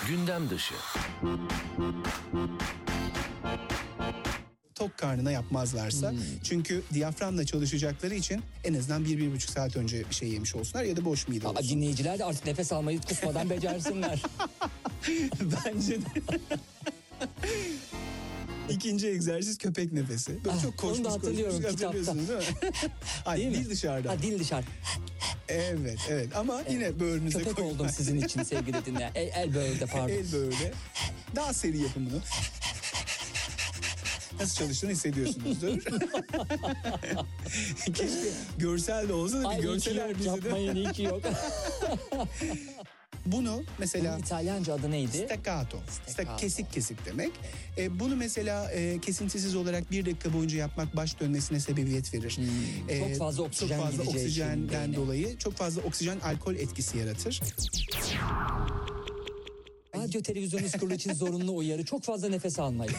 Gündem dışı. Tok karnına yapmazlarsa. Çünkü diyaframla çalışacakları için en azından 1-1,5 saat önce bir şey yemiş olsunlar ya da boş mide olsun. Dinleyiciler de artık nefes almayı kusmadan becersinler. Bence de. İkinci egzersiz köpek nefesi. Böyle çok onu da hatırlıyorum kitapta. Değil mi? Hayır, dil dışarıda. Dil dışarı. Evet ama yine böğrünüze köpek koyun. oldum sizin için sevgili dinleyen. El böğürde pardon. El böğürde. Daha seri yapın bunu. Nasıl çalıştığını hissediyorsunuzdur. Keşke görsel de olsa da bir görseler bizi de. Yapmayın, iyi ki yok. Bunu mesela... Bunun İtalyanca adı neydi? Staccato. Kesik kesik demek. Bunu mesela kesintisiz olarak 1 dakika boyunca yapmak baş dönmesine sebebiyet verir. Çok fazla oksijen çok fazla gideceği oksijenden için dolayı çok fazla oksijen alkol etkisi yaratır. Radyo televizyon kurulu için zorunlu uyarı. Çok fazla nefes almayın.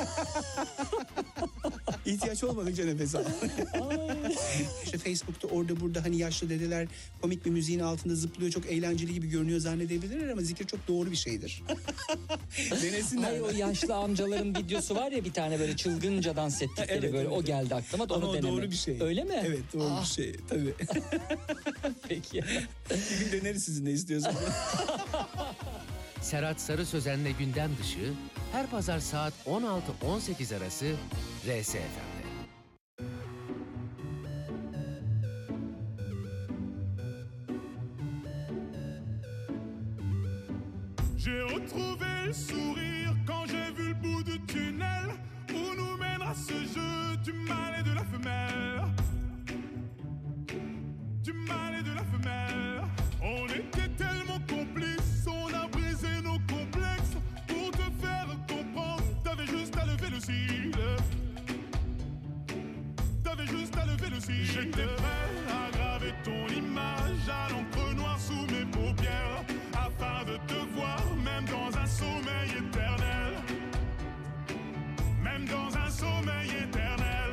İhtiyaç olmadıkça nefes al. İşte Facebook'ta orada burada hani yaşlı dedeler komik bir müziğin altında zıplıyor, çok eğlenceli gibi görünüyor zannedebilirler ama zikir çok doğru bir şeydir. Denesinler. Hayır, o yaşlı amcaların videosu var ya bir tane böyle çılgınca dans ettikleri Evet, böyle evet. O geldi aklıma. Ama onu o deneme. doğru bir şey. Öyle mi? Evet, doğru bir şey tabii. Peki. Bir gün deneriz sizin ne istiyorsanız. Serhat Sarı Sözen'le Gündem Dışı her pazar saat 16-18 arası RSFM'de. J'ai retrouvé le sourire quand j'ai vu le bout du tunnel où nous mènera ce jeu du mâle et de la femelle. Du mâle et de la femelle. On était tellement complices, on a brisé nos complexes pour te faire comprendre. T'avais juste à lever le cil. T'avais juste à lever le cil. J'étais prêt à graver ton image à l'encre noire sous mes paupières afin de te voir même dans un sommeil éternel. Même dans un sommeil éternel.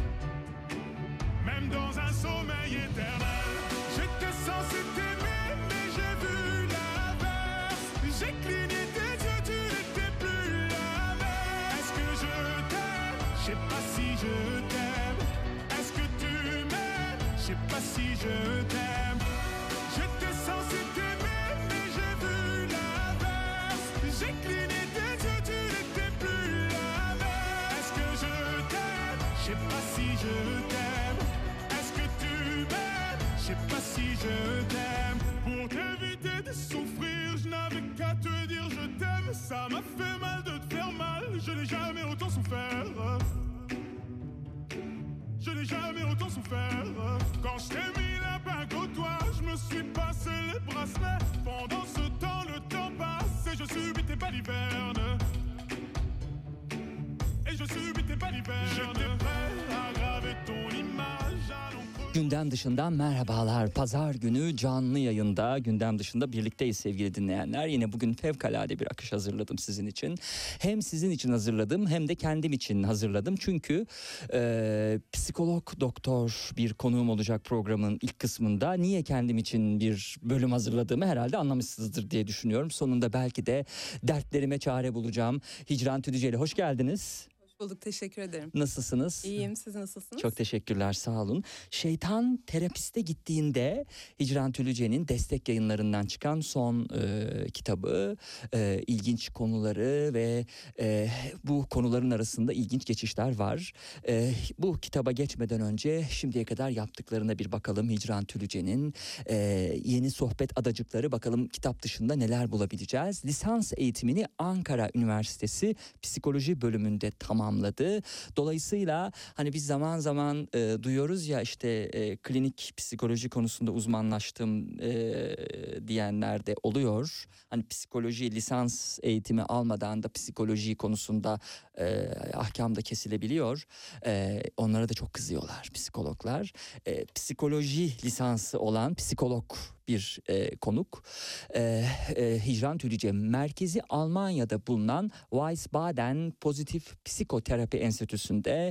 Même dans un sommeil éternel. J'étais censé t'aimer mais j'ai vu l'inverse. J'ai cligné tes yeux, tu n'étais plus la même. Est-ce que je t'aime? Je sais pas si je t'aime. Est-ce que tu m'aimes? Je sais pas si je t'aime. J'étais censé t'aimer mais j'ai vu l'inverse. J'ai cligné tes yeux, tu n'étais plus la même. Est-ce que je t'aime? Je sais pas si je t'aime. Est-ce que tu m'aimes? Je sais pas si je t'aime. Pour t'éviter de souffrir, je n'avais qu'à te dire je t'aime. Ça m'a fait mal de te faire mal. Je n'ai jamais autant souffert. Je n'ai jamais autant souffert. Quand je t'ai mis la bague au doigt, je me suis passé les bracelets. Pendant ce temps, le temps passe et je subis tes balivernes. Et je subis tes balivernes. J'étais prêt à graver ton image à l'encre. Gündem dışından merhabalar. Pazar günü canlı yayında gündem dışında birlikteyiz sevgili dinleyenler. Yine bugün fevkalade bir akış hazırladım sizin için. Hem sizin için hazırladım hem de kendim için hazırladım. Çünkü psikolog doktor bir konuğum olacak programın ilk kısmında. Niye kendim için bir bölüm hazırladığımı herhalde anlamışsınızdır diye düşünüyorum. Sonunda belki de dertlerime çare bulacağım. Hicran Tüdüceli, hoş geldiniz. Bulduk, teşekkür ederim. Nasılsınız? İyiyim, siz nasılsınız? Çok teşekkürler, sağ olun. Şeytan Terapiste gittiğinde Hicran Tülüce'nin Destek Yayınlarından çıkan son kitabı, ilginç konuları ve bu konuların arasında ilginç geçişler var. Bu kitaba geçmeden önce şimdiye kadar yaptıklarına bir bakalım Hicran Tülüce'nin. Yeni sohbet adacıkları, bakalım kitap dışında neler bulabileceğiz. Lisans eğitimini Ankara Üniversitesi Psikoloji bölümünde tamamladı. Dolayısıyla hani biz zaman zaman duyuyoruz ya işte klinik psikoloji konusunda uzmanlaştım diyenler de oluyor. Hani psikoloji lisans eğitimi almadan da psikoloji konusunda ahkam da kesilebiliyor. Onlara da çok kızıyorlar psikologlar. Psikoloji lisansı olan psikolog bir konuk. Hicran Tülüce merkezi Almanya'da bulunan Wiesbaden Pozitif Psikoterapi Enstitüsü'nde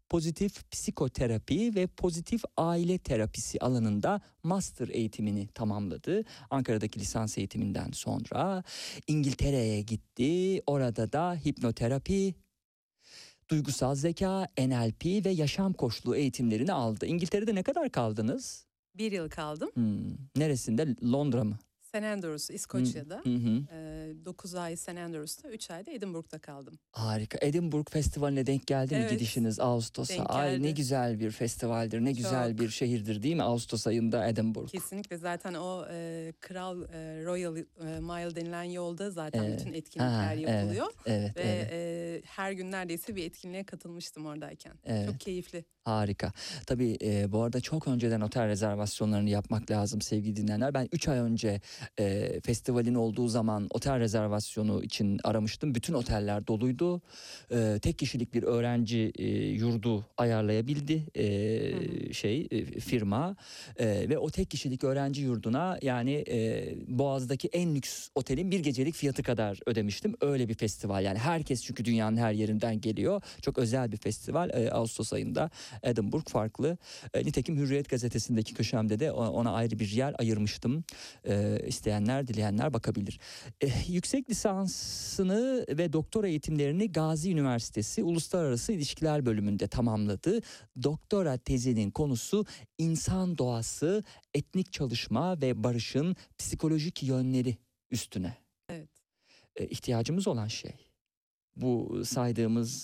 pozitif psikoterapi ve pozitif aile terapisi alanında master eğitimini tamamladı. Ankara'daki lisans eğitiminden sonra İngiltere'ye gitti. Orada da hipnoterapi, duygusal zeka, NLP ve yaşam koçluğu eğitimlerini aldı. İngiltere'de ne kadar kaldınız? 1 yıl kaldım. Neresinde? Londra mı? St. Andrews, İskoçya'da. Hı hı. 9 ay St. Andrews'ta, 3 ay da Edinburgh'da kaldım. Harika. Edinburgh Festivaline denk geldi mi Evet, gidişiniz Ağustos'a? denk Ay ne geldi. güzel bir festivaldir, ne güzel Çok. bir şehirdir değil mi Ağustos ayında Edinburgh? Kesinlikle zaten o Kral Royal Mile denilen yolda zaten Evet. bütün etkinlikler yapılıyor. Evet, Ve evet. her gün neredeyse bir etkinliğe katılmıştım oradayken. Evet. Çok keyifli. Harika. Tabii bu arada çok önceden otel rezervasyonlarını yapmak lazım sevgili dinleyenler. Ben 3 ay önce festivalin olduğu zaman otel rezervasyonu için aramıştım. Bütün oteller doluydu. Tek kişilik bir öğrenci yurdu ayarlayabildi firma. Ve o tek kişilik öğrenci yurduna yani Boğaz'daki en lüks otelin bir gecelik fiyatı kadar ödemiştim. Öyle bir festival yani herkes çünkü dünyanın her yerinden geliyor. Çok özel bir festival Ağustos ayında. Edinburgh farklı. Nitekim Hürriyet gazetesindeki köşemde de ona ayrı bir yer ayırmıştım. İsteyenler, dileyenler bakabilir. Yüksek lisansını ve doktora eğitimlerini Gazi Üniversitesi Uluslararası İlişkiler bölümünde tamamladı. Doktora tezinin konusu insan doğası, etnik çalışma ve barışın psikolojik yönleri üstüne. Evet. İhtiyacımız olan şey. Bu saydığımız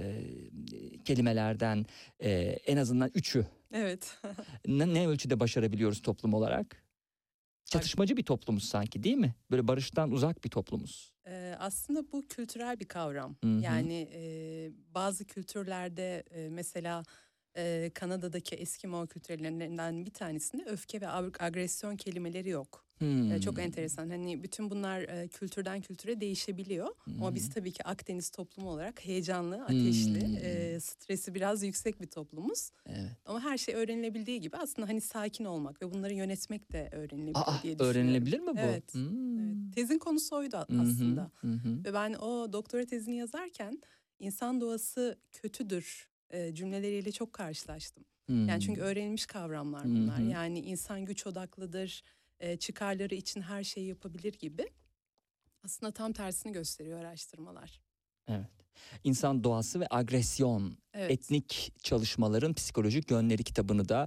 kelimelerden en azından 3'ü Evet. ne ölçüde başarabiliyoruz toplum olarak? Çatışmacı bir toplumuz sanki değil mi? Böyle barıştan uzak bir toplumuz. Aslında bu kültürel bir kavram. Hı hı. Yani bazı kültürlerde mesela Kanada'daki Eskimo kültürlerinden bir tanesinde öfke ve agresyon kelimeleri yok. Çok enteresan. Hani bütün bunlar kültürden kültüre değişebiliyor. Ama biz tabii ki Akdeniz toplumu olarak heyecanlı, ateşli, stresi biraz yüksek bir toplumuz. Evet. Ama her şey öğrenilebildiği gibi aslında hani sakin olmak ve bunları yönetmek de öğrenilebilir diye düşünüyorum. Öğrenilebilir mi bu? Evet. Evet. Tezin konusu oydu aslında. Ve ben o doktora tezini yazarken insan doğası kötüdür cümleleriyle çok karşılaştım. Yani çünkü öğrenilmiş kavramlar bunlar. Yani insan güç odaklıdır, çıkarları için her şeyi yapabilir gibi. Aslında tam tersini gösteriyor araştırmalar. Evet. İnsan doğası ve agresyon, Evet. etnik çalışmaların psikolojik yönleri kitabını da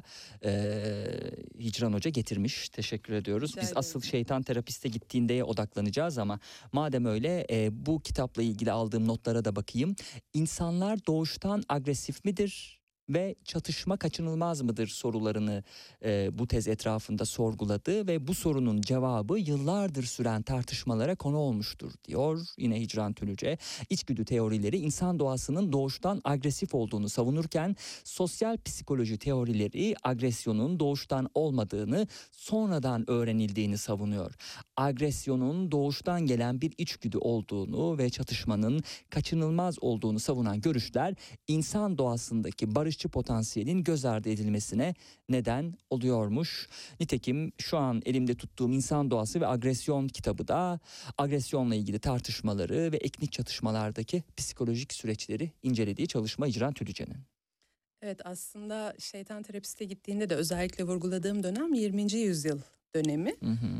Hicran Hoca getirmiş. Teşekkür ediyoruz. Rica Biz ederim. asıl şeytan terapiste gittiğindeye odaklanacağız ama madem öyle bu kitapla ilgili aldığım notlara da bakayım. İnsanlar doğuştan agresif midir? Ve çatışma kaçınılmaz mıdır sorularını bu tez etrafında sorguladı ve bu sorunun cevabı yıllardır süren tartışmalara konu olmuştur diyor yine Hicran Tülüce. İçgüdü teorileri insan doğasının doğuştan agresif olduğunu savunurken sosyal psikoloji teorileri agresyonun doğuştan olmadığını sonradan öğrenildiğini savunuyor. Agresyonun doğuştan gelen bir içgüdü olduğunu ve çatışmanın kaçınılmaz olduğunu savunan görüşler insan doğasındaki barışçı potansiyelin göz ardı edilmesine neden oluyormuş. Nitekim şu an elimde tuttuğum İnsan Doğası ve Agresyon kitabı da agresyonla ilgili tartışmaları ve etnik çatışmalardaki psikolojik süreçleri incelediği çalışma Hicran Tülüce'nin. Evet, aslında şeytan terapiste gittiğinde de özellikle vurguladığım dönem 20. yüzyıl dönemi.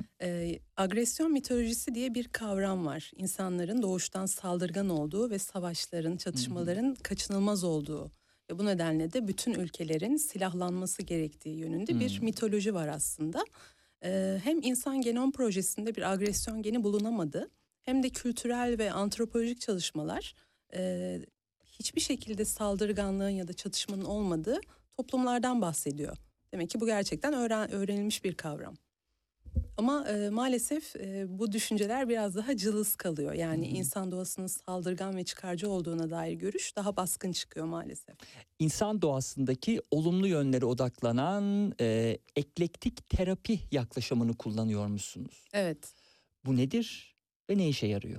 Agresyon mitolojisi diye bir kavram var. İnsanların doğuştan saldırgan olduğu ve savaşların, çatışmaların kaçınılmaz olduğu. Ve bu nedenle de bütün ülkelerin silahlanması gerektiği yönünde bir mitoloji var aslında. Hem insan genom projesinde bir agresyon geni bulunamadı, hem de kültürel ve antropolojik çalışmalar hiçbir şekilde saldırganlığın ya da çatışmanın olmadığı toplumlardan bahsediyor. Demek ki bu gerçekten öğrenilmiş bir kavram. Ama maalesef bu düşünceler biraz daha cılız kalıyor. Yani insan doğasının saldırgan ve çıkarcı olduğuna dair görüş daha baskın çıkıyor maalesef. İnsan doğasındaki olumlu yönlere odaklanan eklektik terapi yaklaşımını kullanıyor musunuz? Evet. Bu nedir ve ne işe yarıyor?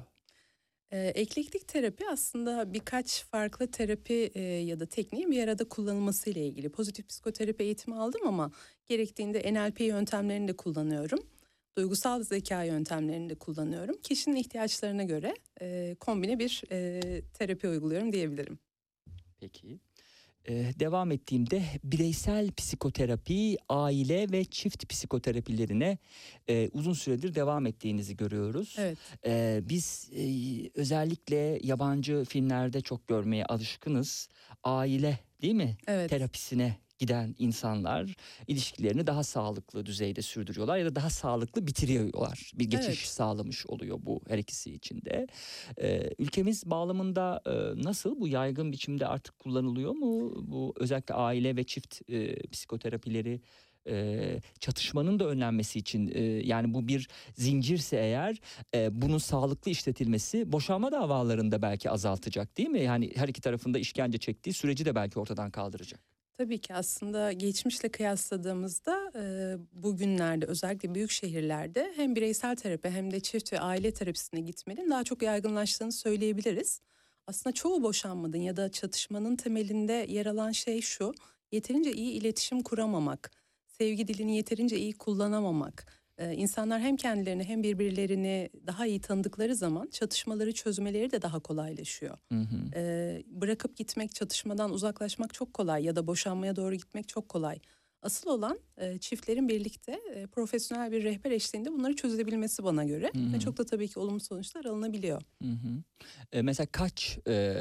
Eklektik terapi aslında birkaç farklı terapi ya da tekniğin bir arada kullanılması ile ilgili. Pozitif psikoterapi eğitimi aldım ama gerektiğinde NLP yöntemlerini de kullanıyorum. Duygusal zeka yöntemlerini de kullanıyorum. Kişinin ihtiyaçlarına göre kombine bir terapi uyguluyorum diyebilirim. Peki. Devam ettiğimde bireysel psikoterapi, aile ve çift psikoterapilerine uzun süredir devam ettiğinizi görüyoruz. Evet. Biz özellikle yabancı filmlerde çok görmeye alışkınız. Aile, değil mi? Evet. Terapisine giden insanlar ilişkilerini daha sağlıklı düzeyde sürdürüyorlar ya da daha sağlıklı bitiriyorlar. Bir geçiş Evet. sağlamış oluyor bu her ikisi için de. Ülkemiz bağlamında nasıl, bu yaygın biçimde artık kullanılıyor mu? Bu özellikle aile ve çift psikoterapileri çatışmanın da önlenmesi için, yani bu bir zincirse eğer, bunun sağlıklı işletilmesi boşanma davalarında belki azaltacak, değil mi? Yani her iki tarafında işkence çektiği süreci de belki ortadan kaldıracak. Tabii ki aslında geçmişle kıyasladığımızda bugünlerde özellikle büyük şehirlerde hem bireysel terapi hem de çift ve aile terapisine gitmenin daha çok yaygınlaştığını söyleyebiliriz. Aslında çoğu boşanmanın ya da çatışmanın temelinde yer alan şey şu: yeterince iyi iletişim kuramamak, sevgi dilini yeterince iyi kullanamamak. İnsanlar hem kendilerini hem birbirlerini daha iyi tanıdıkları zaman çatışmaları çözmeleri de daha kolaylaşıyor. Hı hı. Bırakıp gitmek, çatışmadan uzaklaşmak çok kolay ya da boşanmaya doğru gitmek çok kolay. Asıl olan çiftlerin birlikte profesyonel bir rehber eşliğinde bunları çözebilmesi bana göre. Hı hı. Ve çok da tabii ki olumlu sonuçlar alınabiliyor. Hı hı. Mesela kaç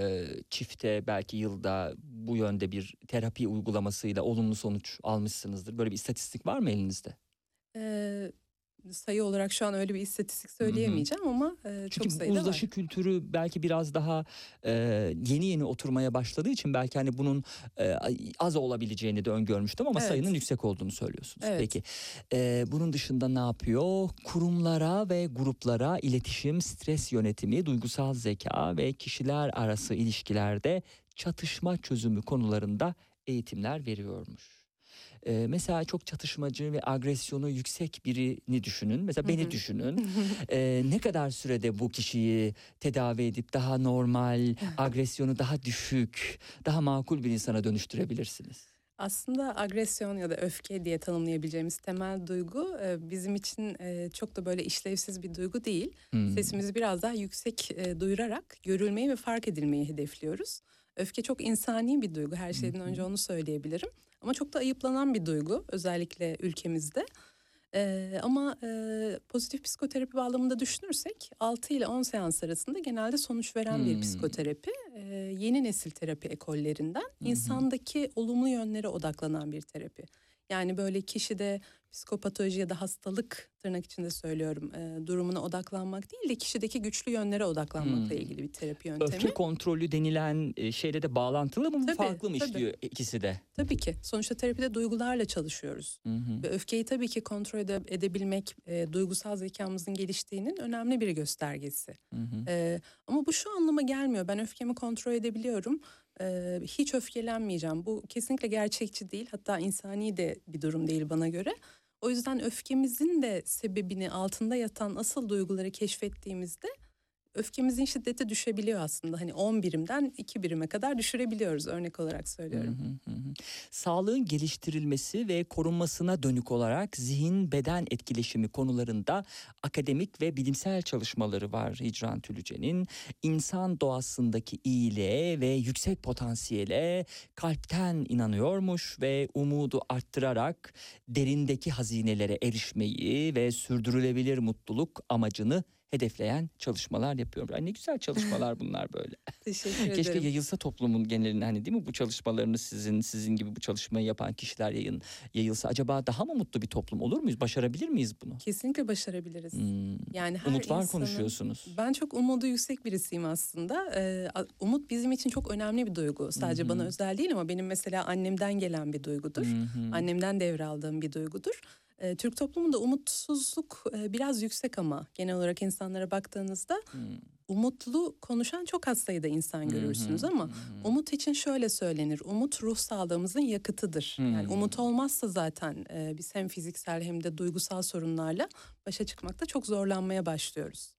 çifte belki yılda bu yönde bir terapi uygulamasıyla olumlu sonuç almışsınızdır? Böyle bir istatistik var mı elinizde? Ee, Sayı olarak şu an öyle bir istatistik söyleyemeyeceğim ama Çünkü çok sayıda uzlaşı var. kültürü belki biraz daha yeni yeni oturmaya başladığı için belki hani bunun az olabileceğini de öngörmüştüm ama Evet. sayının yüksek olduğunu söylüyorsunuz. Evet. Peki bunun dışında ne yapıyor? Kurumlara ve gruplara iletişim, stres yönetimi, duygusal zeka ve kişiler arası ilişkilerde çatışma çözümü konularında eğitimler veriyormuş. Mesela çok çatışmacı ve agresyonu yüksek birini düşünün. Mesela beni düşünün. Ne kadar sürede bu kişiyi tedavi edip daha normal, agresyonu daha düşük, daha makul bir insana dönüştürebilirsiniz? Aslında agresyon ya da öfke diye tanımlayabileceğimiz temel duygu bizim için çok da böyle işlevsiz bir duygu değil. Sesimizi biraz daha yüksek duyurarak görülmeyi ve fark edilmeyi hedefliyoruz. Öfke çok insani bir duygu, her şeyden önce onu söyleyebilirim. Ama çok da ayıplanan bir duygu, özellikle ülkemizde. Ama pozitif psikoterapi bağlamında düşünürsek 6 ile 10 seans arasında genelde sonuç veren bir psikoterapi. Yeni nesil terapi ekollerinden insandaki olumlu yönlere odaklanan bir terapi. Yani böyle kişide psikopatoloji ya da hastalık, tırnak içinde söylüyorum, durumuna odaklanmak değil de kişideki güçlü yönlere odaklanmakla ilgili bir terapi yöntemi. Öfke kontrolü denilen şeyle de bağlantılı mı? Tabii, Farklı mı tabii. işliyor ikisi de? Tabii ki. Sonuçta terapide duygularla çalışıyoruz. Ve öfkeyi tabii ki kontrol edebilmek duygusal zekamızın geliştiğinin önemli bir göstergesi. Ama bu şu anlama gelmiyor: ben öfkemi kontrol edebiliyorum, hiç öfkelenmeyeceğim. Bu kesinlikle gerçekçi değil. Hatta insani de bir durum değil bana göre. O yüzden öfkemizin de sebebini, altında yatan asıl duyguları keşfettiğimizde öfkemizin şiddeti düşebiliyor aslında. Hani 10 birimden 2 birime kadar düşürebiliyoruz, örnek olarak söylüyorum. Sağlığın geliştirilmesi ve korunmasına dönük olarak zihin beden etkileşimi konularında akademik ve bilimsel çalışmaları var Hicran Tülüce'nin. İnsan doğasındaki iyiliğe ve yüksek potansiyele kalpten inanıyormuş ve umudu arttırarak derindeki hazinelere erişmeyi ve sürdürülebilir mutluluk amacını hedefleyen çalışmalar yapıyorum. Ay ne güzel çalışmalar bunlar böyle. Teşekkür ederim. Keşke yayılsa toplumun geneline, hani değil mi, bu çalışmalarını sizin gibi bu çalışmayı yapan kişiler yayılsa, acaba daha mı mutlu bir toplum olur muyuz? Başarabilir miyiz bunu? Kesinlikle başarabiliriz. Yani her Umut var insanın- konuşuyorsunuz. Ben çok umudu yüksek birisiyim aslında. Umut bizim için çok önemli bir duygu. Sadece bana özel değil ama benim mesela annemden gelen bir duygudur. Annemden devraldığım bir duygudur. Türk toplumunda umutsuzluk biraz yüksek ama genel olarak insanlara baktığınızda umutlu konuşan çok az sayıda insan görürsünüz ama umut için şöyle söylenir: umut ruh sağlığımızın yakıtıdır. Yani umut olmazsa zaten biz hem fiziksel hem de duygusal sorunlarla başa çıkmakta çok zorlanmaya başlıyoruz.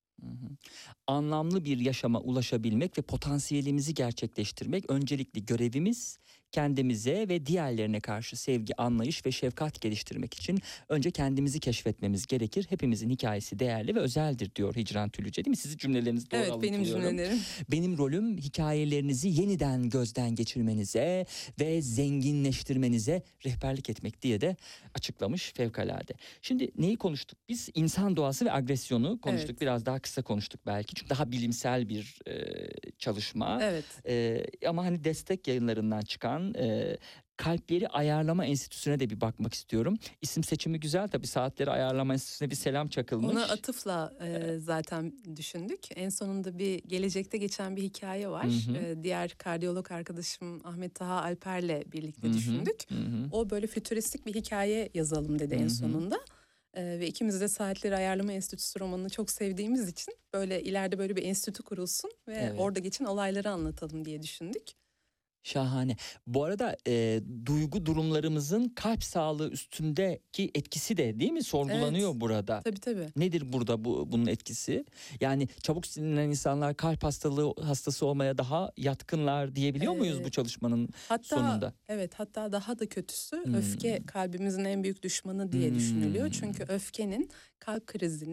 Anlamlı bir yaşama ulaşabilmek ve potansiyelimizi gerçekleştirmek öncelikli görevimiz. kendimize ve diğerlerine karşı sevgi, anlayış ve şefkat geliştirmek için önce kendimizi keşfetmemiz gerekir. Hepimizin hikayesi değerli ve özeldir diyor Hicran Tülüce, değil mi? Sizin cümleleriniz doğru Evet, benim alıntılıyorum. cümlelerim. Benim rolüm hikayelerinizi yeniden gözden geçirmenize ve zenginleştirmenize rehberlik etmek diye de açıklamış, fevkalade. Şimdi neyi konuştuk biz? İnsan doğası ve agresyonu konuştuk. Evet. Biraz daha kısa konuştuk belki. Çünkü daha bilimsel bir çalışma. Evet. Ama hani destek yayınlarından çıkan Kalpleri Ayarlama Enstitüsü'ne de bir bakmak istiyorum. İsim seçimi güzel tabii. Saatleri Ayarlama Enstitüsü'ne bir selam çakılmış. Ona atıfla zaten düşündük. En sonunda bir gelecekte geçen bir hikaye var. Diğer kardiyolog arkadaşım Ahmet Taha Alper'le birlikte düşündük. O böyle fütüristik bir hikaye yazalım dedi en sonunda. Ve ikimiz de Saatleri Ayarlama Enstitüsü romanını çok sevdiğimiz için böyle ileride böyle bir enstitü kurulsun ve orada geçen olayları anlatalım diye düşündük. Şahane. Bu arada duygu durumlarımızın kalp sağlığı üstündeki etkisi de değil mi sorgulanıyor burada? Tabii. Nedir burada bunun etkisi? Yani çabuk sinirlenen insanlar kalp hastası olmaya daha yatkınlar diyebiliyor muyuz bu çalışmanın sonunda? Evet, hatta daha da kötüsü öfke kalbimizin en büyük düşmanı diye düşünülüyor. Çünkü öfkenin kalp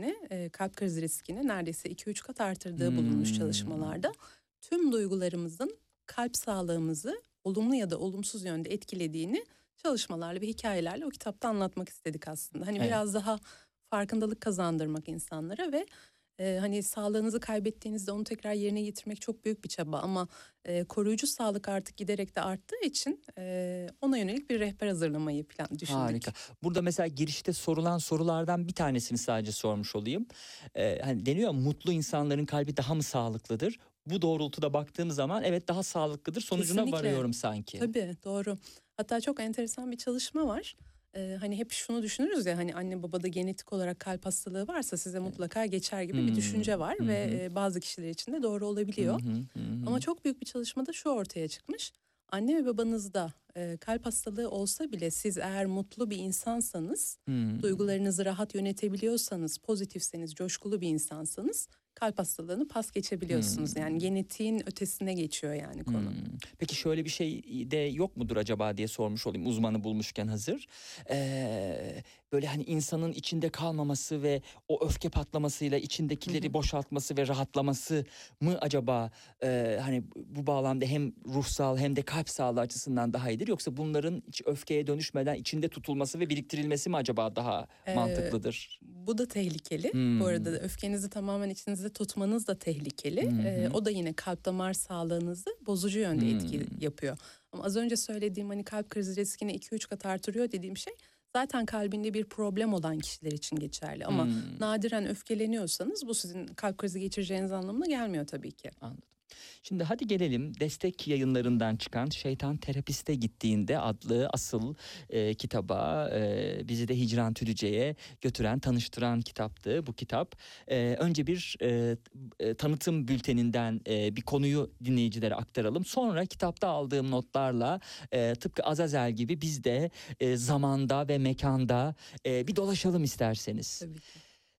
krizi riskini neredeyse 2-3 kat artırdığı bulunmuş çalışmalarda. Tüm duygularımızın kalp sağlığımızı olumlu ya da olumsuz yönde etkilediğini çalışmalarla ve hikayelerle o kitapta anlatmak istedik aslında. Hani biraz daha farkındalık kazandırmak insanlara ve hani sağlığınızı kaybettiğinizde onu tekrar yerine getirmek çok büyük bir çaba ama koruyucu sağlık artık giderek de arttığı için ona yönelik bir rehber hazırlamayı düşündük. Harika. Burada mesela girişte sorulan sorulardan bir tanesini sadece sormuş olayım. Hani deniyor ya, mutlu insanların kalbi daha mı sağlıklıdır? Bu doğrultuda baktığım zaman evet daha sağlıklıdır sonucuna Kesinlikle. varıyorum sanki. Tabii, doğru. Hatta çok enteresan bir çalışma var. Hani hep şunu düşünürüz ya, hani anne babada genetik olarak kalp hastalığı varsa size mutlaka geçer gibi bir düşünce var ve bazı kişiler için de doğru olabiliyor. Ama çok büyük bir çalışmada şu ortaya çıkmış. Anne ve babanızda kalp hastalığı olsa bile siz eğer mutlu bir insansanız, duygularınızı rahat yönetebiliyorsanız, pozitifseniz, coşkulu bir insansanız kalp hastalığını pas geçebiliyorsunuz. Yani genetiğin ötesine geçiyor yani konu. Peki şöyle bir şey de yok mudur acaba diye sormuş olayım uzmanı bulmuşken hazır. Böyle hani insanın içinde kalmaması ve o öfke patlamasıyla içindekileri boşaltması ve rahatlaması mı acaba hani bu bağlamda hem ruhsal hem de kalp sağlığı açısından daha iyidir? Yoksa bunların hiç öfkeye dönüşmeden içinde tutulması ve biriktirilmesi mi acaba daha mantıklıdır? Bu da tehlikeli. Bu arada öfkenizi tamamen içinizde tutmanız da tehlikeli. O da yine kalp damar sağlığınızı bozucu yönde etki yapıyor. Ama az önce söylediğim hani kalp krizi riskini 2-3 kat artırıyor dediğim şey zaten kalbinde bir problem olan kişiler için geçerli. Ama nadiren öfkeleniyorsanız bu sizin kalp krizi geçireceğiniz anlamına gelmiyor tabii ki. Anladım. Şimdi hadi gelelim destek yayınlarından çıkan Şeytan Terapiste Gittiğinde adlı asıl kitaba. Bizi de Hicran Tülüce'ye götüren, tanıştıran kitaptı bu kitap. Önce bir tanıtım bülteninden bir konuyu dinleyicilere aktaralım. Sonra kitapta aldığım notlarla tıpkı Azazel gibi biz de zamanda ve mekanda bir dolaşalım isterseniz. Tabii ki.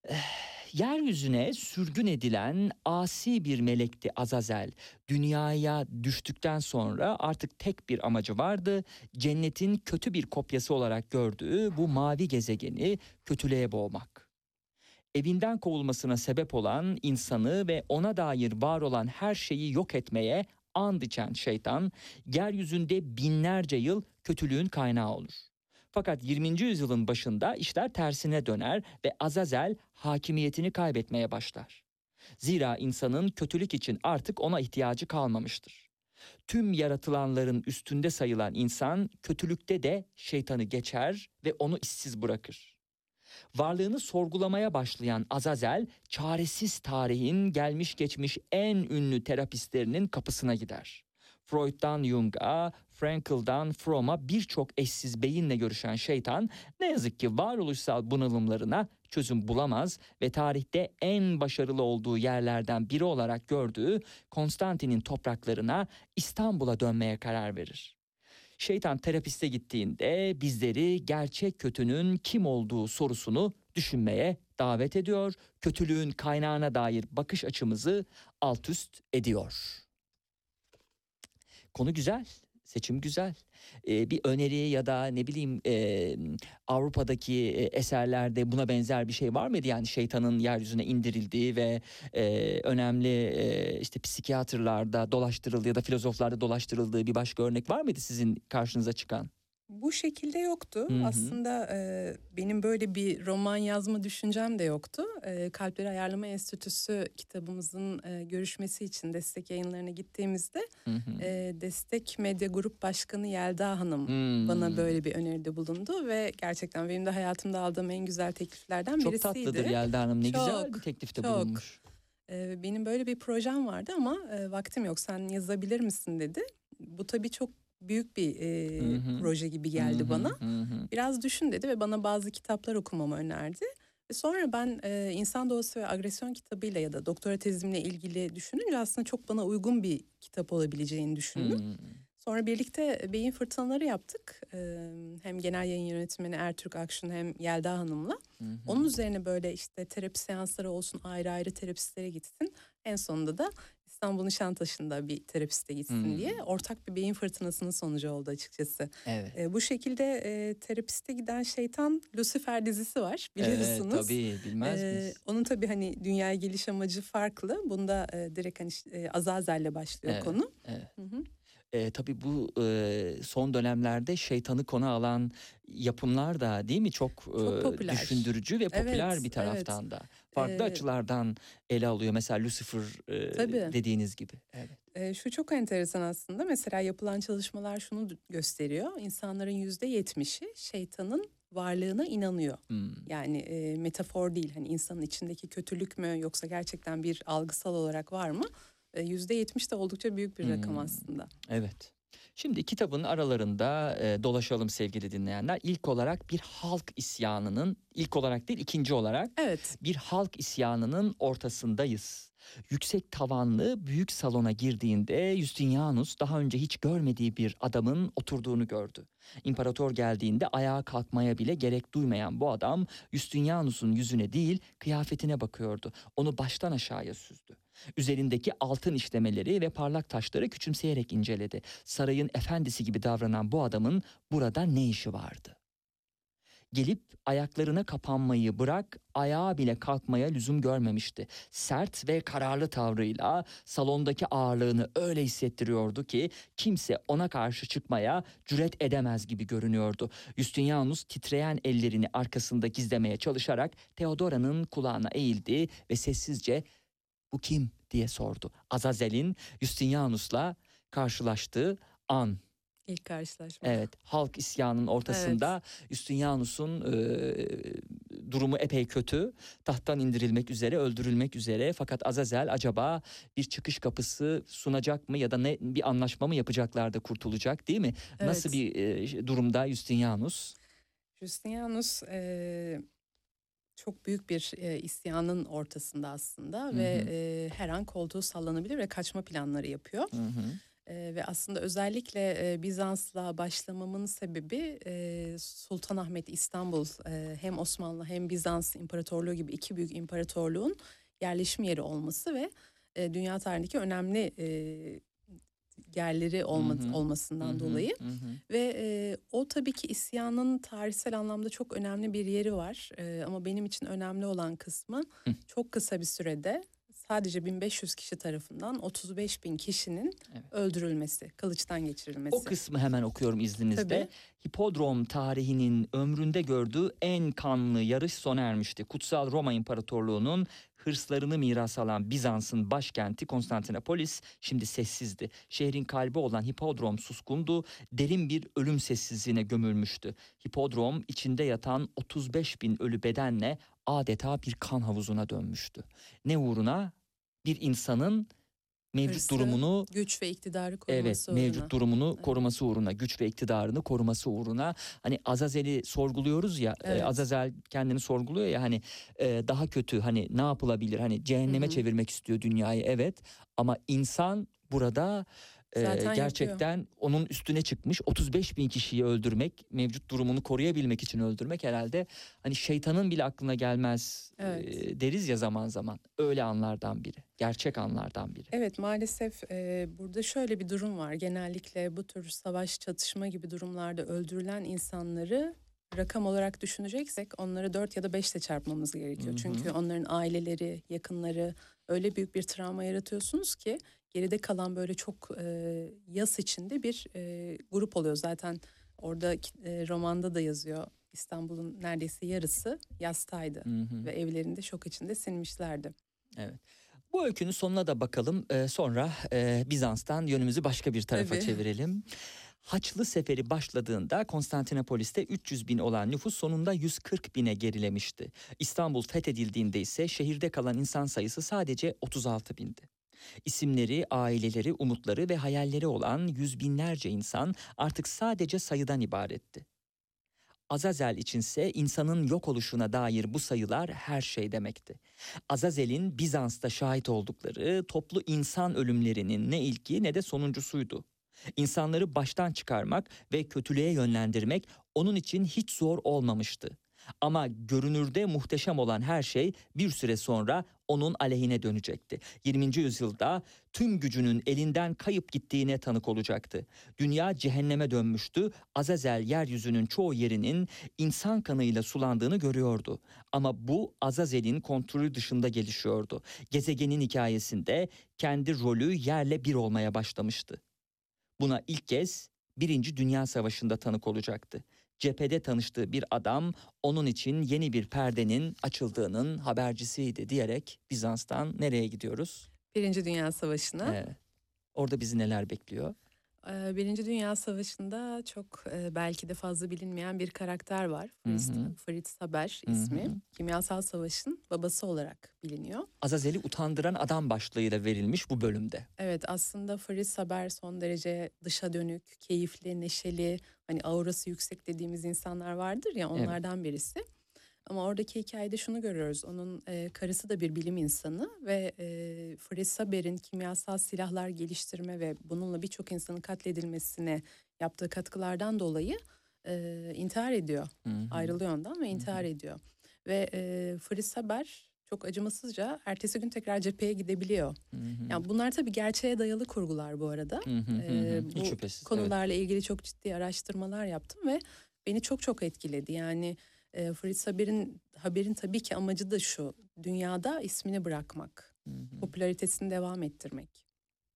Yeryüzüne sürgün edilen asi bir melekti Azazel. Dünyaya düştükten sonra artık tek bir amacı vardı. Cennetin kötü bir kopyası olarak gördüğü bu mavi gezegeni kötülüğe boğmak. Evinden kovulmasına sebep olan insanı ve ona dair var olan her şeyi yok etmeye and içen şeytan, yeryüzünde binlerce yıl kötülüğün kaynağı olur. Fakat 20. yüzyılın başında işler tersine döner ve Azazel hakimiyetini kaybetmeye başlar. Zira insanın kötülük için artık ona ihtiyacı kalmamıştır. Tüm yaratılanların üstünde sayılan insan kötülükte de şeytanı geçer ve onu işsiz bırakır. Varlığını sorgulamaya başlayan Azazel, çaresiz tarihin gelmiş geçmiş en ünlü terapistlerinin kapısına gider. Freud'dan Jung'a, Frankl'dan Fromm'a birçok eşsiz beyinle görüşen şeytan ne yazık ki varoluşsal bunalımlarına çözüm bulamaz ve tarihte en başarılı olduğu yerlerden biri olarak gördüğü Konstantin'in topraklarına, İstanbul'a dönmeye karar verir. Şeytan terapiste gittiğinde bizleri gerçek kötünün kim olduğu sorusunu düşünmeye davet ediyor. Kötülüğün kaynağına dair bakış açımızı alt üst ediyor. Konu güzel. Seçim güzel. Bir öneri ya da ne bileyim Avrupa'daki eserlerde buna benzer bir şey var mıydı? Yani şeytanın yeryüzüne indirildiği ve önemli işte psikiyatrlarda dolaştırıldığı ya da filozoflarda dolaştırıldığı bir başka örnek var mıydı sizin karşınıza çıkan? Bu şekilde yoktu. Hı hı. Aslında benim böyle bir roman yazma düşüncem de yoktu. Kalpleri Ayarlama Enstitüsü kitabımızın görüşmesi için Destek Yayınları'na gittiğimizde Hı hı. Destek Medya Grup Başkanı Yelda Hanım bana böyle bir öneride bulundu ve gerçekten benim de hayatımda aldığım en güzel tekliflerden Çok birisiydi. tatlıdır Yelda Hanım. Ne güzel Çok, bir teklifte çok. bulunmuş. Benim böyle bir projem vardı ama vaktim yok, sen yazabilir misin dedi. Bu tabii çok büyük bir Hı hı. proje gibi geldi Hı hı, bana. hı hı. Biraz düşün dedi ve bana bazı kitaplar okumamı önerdi. Ve sonra ben İnsan Doğası ve Agresyon kitabıyla ya da doktora tezimle ilgili düşününce aslında çok bana uygun bir kitap olabileceğini düşündüm. Hı. Sonra birlikte beyin fırtınaları yaptık. Hem genel yayın yönetmeni Ertürk Akşun hem Yelda Hanım'la. Hı hı. Onun üzerine böyle işte terapi seansları olsun, ayrı ayrı terapistlere gitsin. En sonunda da İstanbul Nişantaşı'nda bir terapiste gitsin diye ortak bir beyin fırtınasının sonucu oldu açıkçası. Evet. Bu şekilde terapiste giden şeytan Lucifer dizisi var, biliyorsunuz. Evet, tabii bilmez miyiz? Onun tabii hani dünyaya geliş amacı farklı. Bunda direkt hani Azazel'le başlıyor Evet, konu. evet. Hı hı. Tabii bu son dönemlerde şeytanı konu alan yapımlar da değil mi çok popüler. düşündürücü ve popüler Evet, bir taraftan da. Farklı Ee, açılardan ele alıyor. Mesela Lucifer Tabii. dediğiniz gibi. Evet. Şu çok enteresan aslında. Mesela yapılan çalışmalar şunu gösteriyor. İnsanların %70'i şeytanın varlığına inanıyor. Yani metafor değil. Hani insanın içindeki kötülük mü yoksa gerçekten bir algısal olarak var mı? %70 de oldukça büyük bir rakam aslında. Evet. Şimdi kitabın aralarında dolaşalım sevgili dinleyenler. İlk olarak bir halk isyanının, ilk olarak değil ikinci olarak Evet. bir halk isyanının ortasındayız. Yüksek tavanlı büyük salona girdiğinde Justinianus daha önce hiç görmediği bir adamın oturduğunu gördü. İmparator geldiğinde ayağa kalkmaya bile gerek duymayan bu adam Justinianus'un yüzüne değil kıyafetine bakıyordu. Onu baştan aşağıya süzdü. Üzerindeki altın işlemeleri ve parlak taşları küçümseyerek inceledi. Sarayın efendisi gibi davranan bu adamın burada ne işi vardı? Gelip ayaklarına kapanmayı bırak, ayağa bile kalkmaya lüzum görmemişti. Sert ve kararlı tavrıyla salondaki ağırlığını öyle hissettiriyordu ki kimse ona karşı çıkmaya cüret edemez gibi görünüyordu. Justinianus titreyen ellerini arkasında gizlemeye çalışarak Theodora'nın kulağına eğildi ve sessizce "Bu kim?" diye sordu. Azazel'in Justinianus'la karşılaştığı an. İlk karşılaşma. Evet, halk isyanının ortasında Justinianus'un durumu epey kötü. Tahttan indirilmek üzere, öldürülmek üzere. Fakat Azazel acaba bir çıkış kapısı sunacak mı ya da bir anlaşma mı yapacaklar da kurtulacak, değil mi? Evet. Nasıl bir durumda Justinianus? Justinianus çok büyük bir isyanın ortasında aslında ve her an koltuğu sallanabilir ve kaçma planları yapıyor. Hı hı. Ve aslında özellikle Bizans'la başlamamın sebebi Sultanahmet İstanbul hem Osmanlı hem Bizans İmparatorluğu gibi iki büyük imparatorluğun yerleşim yeri olması ve dünya tarihindeki önemli yerleri olmasından dolayı. Ve o tabii ki isyanın tarihsel anlamda çok önemli bir yeri var. Ama benim için önemli olan kısmı çok kısa bir sürede sadece 1500 kişi tarafından 35.000 kişinin öldürülmesi, kılıçtan geçirilmesi. O kısmı hemen okuyorum izninizle. Tabii. Hipodrom tarihinin ömründe gördüğü en kanlı yarış sona ermişti. Kutsal Roma İmparatorluğu'nun hırslarını miras alan Bizans'ın başkenti Konstantinopolis şimdi sessizdi. Şehrin kalbi olan Hipodrom suskundu, derin bir ölüm sessizliğine gömülmüştü. Hipodrom içinde yatan 35.000 ölü bedenle adeta bir kan havuzuna dönmüştü. Ne uğruna? Bir insanın mevcut Hırsı, durumunu, güç ve iktidarı koruması evet, mevcut uğruna. durumunu koruması uğruna, güç ve iktidarını koruması uğruna. Hani Azazel'i sorguluyoruz ya, Evet. Azazel kendini sorguluyor ya, hani daha kötü, hani ne yapılabilir, hani cehenneme çevirmek istiyor dünyayı, evet, ama insan burada Zaten gerçekten onun üstüne çıkmış. 35 bin kişiyi öldürmek, mevcut durumunu koruyabilmek için öldürmek herhalde hani şeytanın bile aklına gelmez deriz ya zaman zaman. Öyle anlardan biri, gerçek anlardan biri. Evet, maalesef burada şöyle bir durum var. Genellikle bu tür savaş, çatışma gibi durumlarda öldürülen insanları rakam olarak düşüneceksek onları 4 ya da 5'le çarpmamız gerekiyor. Çünkü onların aileleri, yakınları öyle büyük bir travma yaratıyorsunuz ki geride kalan böyle çok yas içinde bir grup oluyor. Zaten orada romanda da yazıyor. İstanbul'un neredeyse yarısı yastaydı ve evlerinde şok içinde sinmişlerdi. Evet. Bu öykünün sonuna da bakalım. Sonra Bizans'tan yönümüzü başka bir tarafa çevirelim. Haçlı Seferi başladığında Konstantinopolis'te 300 bin olan nüfus sonunda 140 bine gerilemişti. İstanbul fethedildiğinde ise şehirde kalan insan sayısı sadece 36 bindi. İsimleri, aileleri, umutları ve hayalleri olan yüz binlerce insan artık sadece sayıdan ibaretti. Azazel içinse insanın yok oluşuna dair bu sayılar her şey demekti. Azazel'in Bizans'ta şahit oldukları toplu insan ölümlerinin ne ilki ne de sonuncusuydu. İnsanları baştan çıkarmak ve kötülüğe yönlendirmek onun için hiç zor olmamıştı. Ama görünürde muhteşem olan her şey bir süre sonra onun aleyhine dönecekti. 20. yüzyılda tüm gücünün elinden kayıp gittiğine tanık olacaktı. Dünya cehenneme dönmüştü. Azazel yeryüzünün çoğu yerinin insan kanıyla sulandığını görüyordu. Ama bu Azazel'in kontrolü dışında gelişiyordu. Gezegenin hikayesinde kendi rolü yerle bir olmaya başlamıştı. Buna ilk kez 1. Dünya Savaşı'nda tanık olacaktı. Cephede tanıştığı bir adam onun için yeni bir perdenin açıldığının habercisiydi diyerek Bizans'tan nereye gidiyoruz? 1. Dünya Savaşı'na. Evet. Orada bizi neler bekliyor? 1. Dünya Savaşı'nda çok belki de fazla bilinmeyen bir karakter var. Fritz Haber ismi. Kimyasal Savaş'ın babası olarak biliniyor. Azazel'i utandıran adam başlığıyla verilmiş bu bölümde. Evet, aslında Fritz Haber son derece dışa dönük, keyifli, neşeli, hani aurası yüksek dediğimiz insanlar vardır ya, onlardan birisi. Ama oradaki hikayede şunu görüyoruz. Onun karısı da bir bilim insanı ve Fritz Haber'in kimyasal silahlar geliştirme ve bununla birçok insanın katledilmesine yaptığı katkılardan dolayı intihar ediyor. Ayrılıyor ondan ve intihar ediyor. Ve Fritz Haber çok acımasızca ertesi gün tekrar cepheye gidebiliyor. Yani bunlar tabii gerçeğe dayalı kurgular bu arada. Hiç şüphesiz, konularla ilgili çok ciddi araştırmalar yaptım ve beni çok çok etkiledi. Yani Fritz Haber'in tabii ki amacı da şu: dünyada ismini bırakmak, popülaritesini devam ettirmek.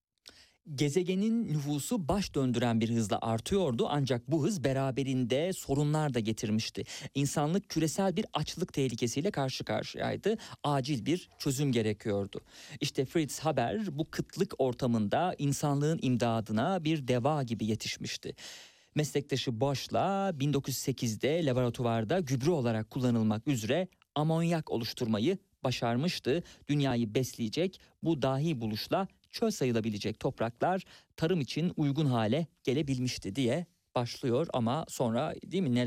Gezegenin nüfusu baş döndüren bir hızla artıyordu ancak bu hız beraberinde sorunlar da getirmişti. İnsanlık küresel bir açlık tehlikesiyle karşı karşıyaydı. Acil bir çözüm gerekiyordu. İşte Fritz Haber bu kıtlık ortamında insanlığın imdadına bir deva gibi yetişmişti. Meslektaşı Bosch'la 1908'de laboratuvarda gübre olarak kullanılmak üzere amonyak oluşturmayı başarmıştı. Dünyayı besleyecek bu dahi buluşla çöl sayılabilecek topraklar tarım için uygun hale gelebilmişti diye başlıyor ama sonra değil mi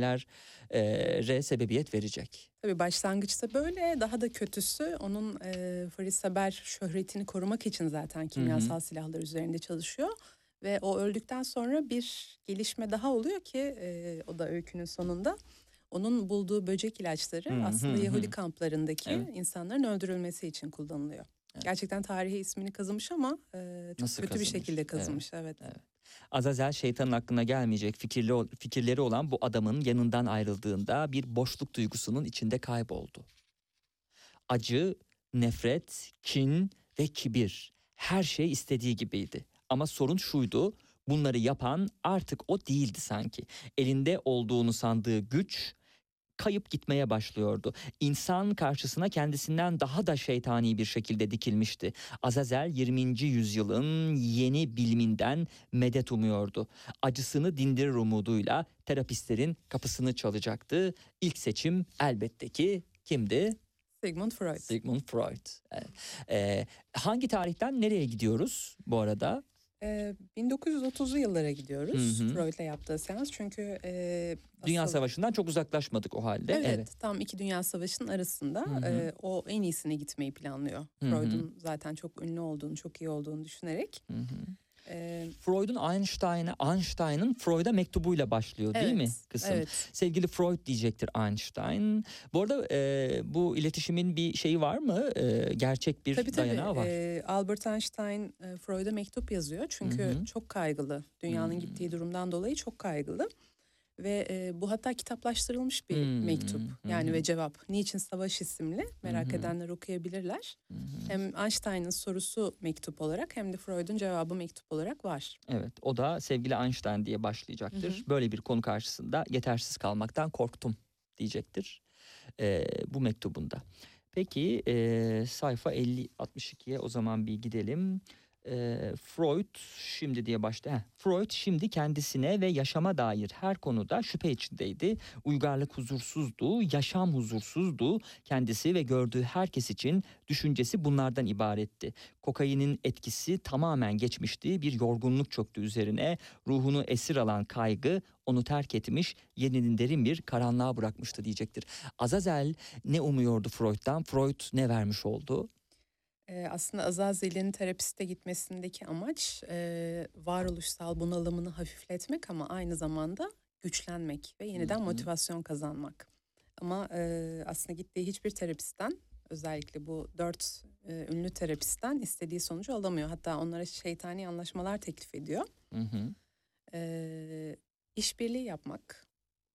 nelere sebebiyet verecek. Tabii başlangıçta böyle, daha da kötüsü onun Fritz Haber şöhretini korumak için zaten kimyasal silahlar üzerinde çalışıyor. Ve o öldükten sonra bir gelişme daha oluyor ki o da öykünün sonunda. Onun bulduğu böcek ilaçları aslında Yahudi kamplarındaki insanların öldürülmesi için kullanılıyor. Evet. Gerçekten tarihe ismini kazımış ama çok nasıl kötü bir şekilde kazımış. Evet. Azazel şeytanın aklına gelmeyecek fikirleri olan bu adamın yanından ayrıldığında bir boşluk duygusunun içinde kayboldu. Acı, nefret, kin ve kibir, her şey istediği gibiydi. Ama sorun şuydu: bunları yapan artık o değildi sanki. Elinde olduğunu sandığı güç kayıp gitmeye başlıyordu. İnsan karşısına kendisinden daha da şeytani bir şekilde dikilmişti. Azazel 20. yüzyılın yeni biliminden medet umuyordu. Acısını dindirir umuduyla terapistlerin kapısını çalacaktı. İlk seçim elbette ki kimdi? Sigmund Freud. Sigmund Freud. Hangi tarihten nereye gidiyoruz bu arada? 1930'lu yıllara gidiyoruz Freud'la yaptığı seans. Çünkü Dünya Savaşı'ndan çok uzaklaşmadık o halde. Evet. Tam 2 Dünya Savaşı'nın arasında o en iyisine gitmeyi planlıyor. Freud'un zaten çok ünlü olduğunu, çok iyi olduğunu düşünerek. Freud'un Einstein'ın Freud'a mektubuyla başlıyor değil mi kısım? Evet. Sevgili Freud diyecektir Einstein. Bu arada bu iletişimin bir şeyi var mı? Gerçek bir dayanağı var. Albert Einstein Freud'a mektup yazıyor. Çünkü çok kaygılı. Dünyanın gittiği durumdan dolayı çok kaygılı. Ve bu hatta kitaplaştırılmış bir mektup. Yani ve cevap. Niçin Savaş isimli. Merak edenler okuyabilirler. Hem Einstein'ın sorusu mektup olarak hem de Freud'un cevabı mektup olarak var. Evet, o da sevgili Einstein diye başlayacaktır. Böyle bir konu karşısında yetersiz kalmaktan korktum diyecektir bu mektubunda. Peki sayfa 50-62'ye o zaman bir gidelim. Freud şimdi diye başlıyor. Freud şimdi kendisine ve yaşama dair her konuda şüphe içindeydi. Uygarlık huzursuzdu, yaşam huzursuzdu. Kendisi ve gördüğü herkes için düşüncesi bunlardan ibaretti. Kokainin etkisi tamamen geçmişti. Bir yorgunluk çöktü üzerine. Ruhunu esir alan kaygı onu terk etmiş, yerini derin bir karanlığa bırakmıştı diyecektir. Azazel ne umuyordu Freud'dan? Freud ne vermiş oldu? Aslında Azazel'in terapiste gitmesindeki amaç varoluşsal bunalımını hafifletmek ama aynı zamanda güçlenmek ve yeniden motivasyon kazanmak. Ama aslında gittiği hiçbir terapistten, özellikle bu 4 ünlü terapistten istediği sonucu alamıyor. Hatta onlara şeytani anlaşmalar teklif ediyor. İşbirliği yapmak,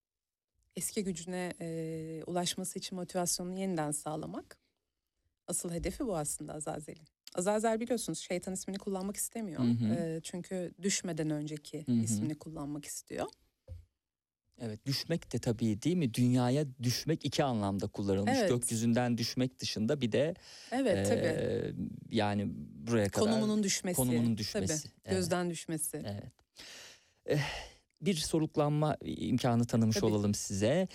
eski gücüne ulaşması için motivasyonunu yeniden sağlamak. Asıl hedefi bu aslında Azazel'in. Azazel biliyorsunuz şeytan ismini kullanmak istemiyor. Çünkü düşmeden önceki ismini kullanmak istiyor. Evet, düşmek de tabii değil mi? Dünyaya düşmek iki anlamda kullanılmış. Evet. Gökyüzünden düşmek dışında bir de Tabii. yani buraya kadar Konumunun düşmesi. Konumunun düşmesi. Tabii. Gözden düşmesi. Evet. Bir soluklanma imkanı tanımış olalım size.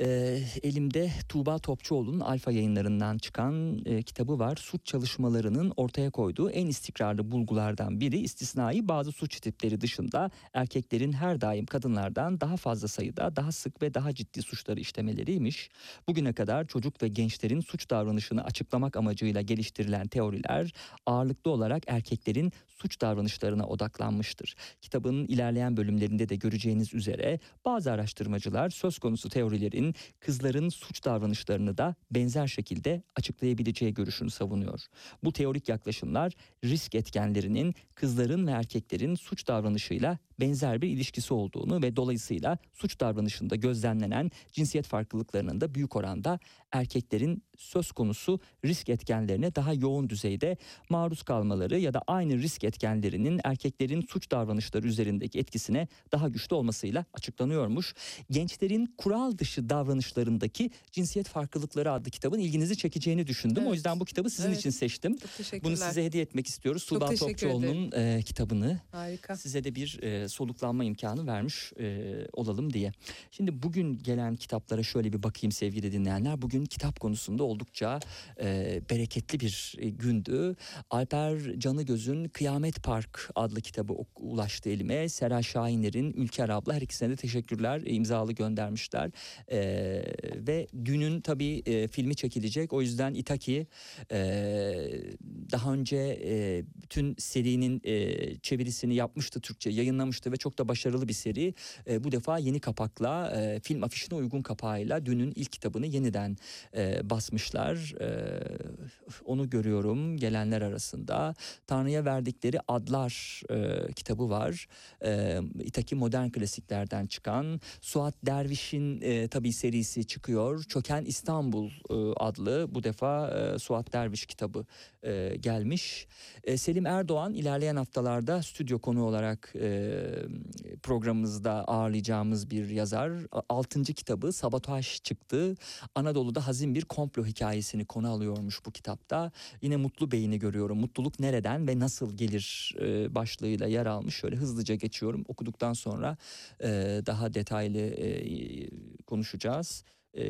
Elimde Tuğba Topçuoğlu'nun Alfa Yayınları'ndan çıkan kitabı var. Suç çalışmalarının ortaya koyduğu en istikrarlı bulgulardan biri, istisnai bazı suç tipleri dışında erkeklerin her daim kadınlardan daha fazla sayıda, daha sık ve daha ciddi suçları işlemeleriymiş. Bugüne kadar çocuk ve gençlerin suç davranışını açıklamak amacıyla geliştirilen teoriler ağırlıklı olarak erkeklerin suç davranışlarına odaklanmıştır. Kitabın ilerleyen bölümlerinde de göreceğiniz üzere bazı araştırmacılar söz konusu teorilerin kızların suç davranışlarını da benzer şekilde açıklayabileceği görüşünü savunuyor. Bu teorik yaklaşımlar risk etkenlerinin kızların ve erkeklerin suç davranışıyla benzer bir ilişkisi olduğunu ve dolayısıyla suç davranışında gözlemlenen cinsiyet farklılıklarının da büyük oranda erkeklerin söz konusu risk etkenlerine daha yoğun düzeyde maruz kalmaları ya da aynı risk etkenlerinin erkeklerin suç davranışları üzerindeki etkisine daha güçlü olmasıyla açıklanıyormuş. Gençlerin kural dışı davranışlarındaki cinsiyet farklılıkları adlı kitabın ilginizi çekeceğini düşündüm. Evet. O yüzden bu kitabı sizin için seçtim. Çok teşekkürler. Bunu size hediye etmek istiyoruz. Çok Tuğba teşekkür Topçuoğlu'nun kitabını. Harika. Size de bir soluklanma imkanı vermiş olalım diye. Şimdi bugün gelen kitaplara şöyle bir bakayım sevgili dinleyenler. Bugün kitap konusunda oldukça bereketli bir gündü. Alper Canıgöz'ün Kıyamet Park adlı kitabı ulaştı elime. Seray Şahiner'in Ülker abla, her ikisine de teşekkürler. İmzalı göndermişler. Ve Dün'ün tabii filmi çekilecek. O yüzden İtaki daha önce bütün serinin çevirisini yapmıştı, Türkçe yayınlamıştı ve çok da başarılı bir seri. Bu defa yeni kapakla, film afişine uygun kapağıyla Dün'ün ilk kitabını yeniden basmışlar. Onu görüyorum gelenler arasında. Tanrı'ya verdikleri adlar kitabı var. İtaki modern klasiklerden çıkan. Suat Derviş'in tabii serisi çıkıyor. Çöken İstanbul adlı bu defa Suat Derviş kitabı gelmiş. Selim Erdoğan ilerleyen haftalarda stüdyo konu olarak programımızda ağırlayacağımız bir yazar. 6. kitabı Sabotaj çıktı. Anadolu'da hazin bir komplo hikayesini konu alıyormuş bu kitapta. Yine Mutlu Bey'ini görüyorum. Mutluluk nereden ve nasıl gelir başlığıyla yer almış. Şöyle hızlıca geçiyorum. Okuduktan sonra daha detaylı konuşacağız.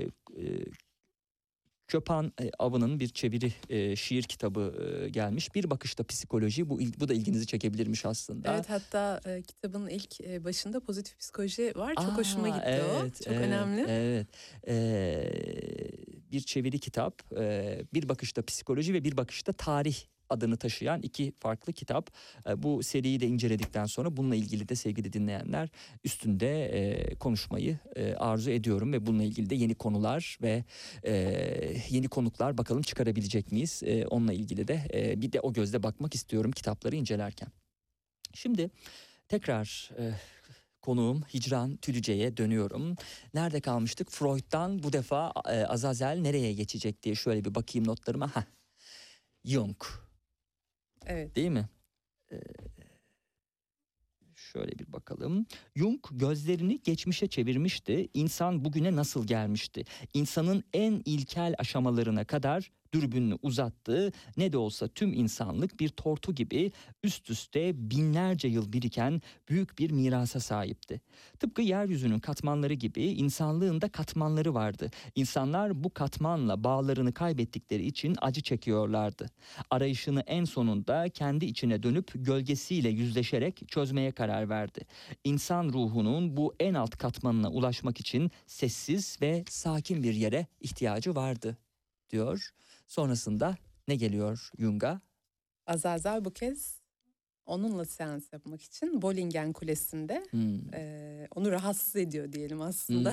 Köpan Avı'nın bir çeviri şiir kitabı gelmiş. Bir bakışta psikoloji, bu da ilginizi çekebilirmiş aslında. Evet, hatta kitabın ilk başında pozitif psikoloji var. Çok hoşuma gitti evet, o. Çok önemli. Evet. Bir çeviri kitap. Bir bakışta psikoloji ve bir bakışta tarih adını taşıyan 2 farklı kitap. Bu seriyi de inceledikten sonra bununla ilgili de sevgili dinleyenler üstünde konuşmayı arzu ediyorum ve bununla ilgili de yeni konular ve yeni konuklar bakalım çıkarabilecek miyiz? Onunla ilgili de bir de o gözle bakmak istiyorum kitapları incelerken. Şimdi tekrar konuğum Hicran Tülüce'ye dönüyorum. Nerede kalmıştık? Freud'dan bu defa Azazel nereye geçecek diye şöyle bir bakayım notlarıma. Jung. Evet. Değil mi? Şöyle bir bakalım. Jung gözlerini geçmişe çevirmişti. İnsan bugüne nasıl gelmişti? İnsanın en ilkel aşamalarına kadar dürbününü uzattı. Ne de olsa tüm insanlık bir tortu gibi üst üste binlerce yıl biriken büyük bir mirasa sahipti. Tıpkı yeryüzünün katmanları gibi insanlığın da katmanları vardı. İnsanlar bu katmanla bağlarını kaybettikleri için acı çekiyorlardı. Arayışını en sonunda kendi içine dönüp gölgesiyle yüzleşerek çözmeye karar verdi. İnsan ruhunun bu en alt katmanına ulaşmak için sessiz ve sakin bir yere ihtiyacı vardı diyor. Sonrasında ne geliyor Jung'a? Azazel bu kez onunla seans yapmak için Bollingen Kulesi'nde onu rahatsız ediyor diyelim aslında.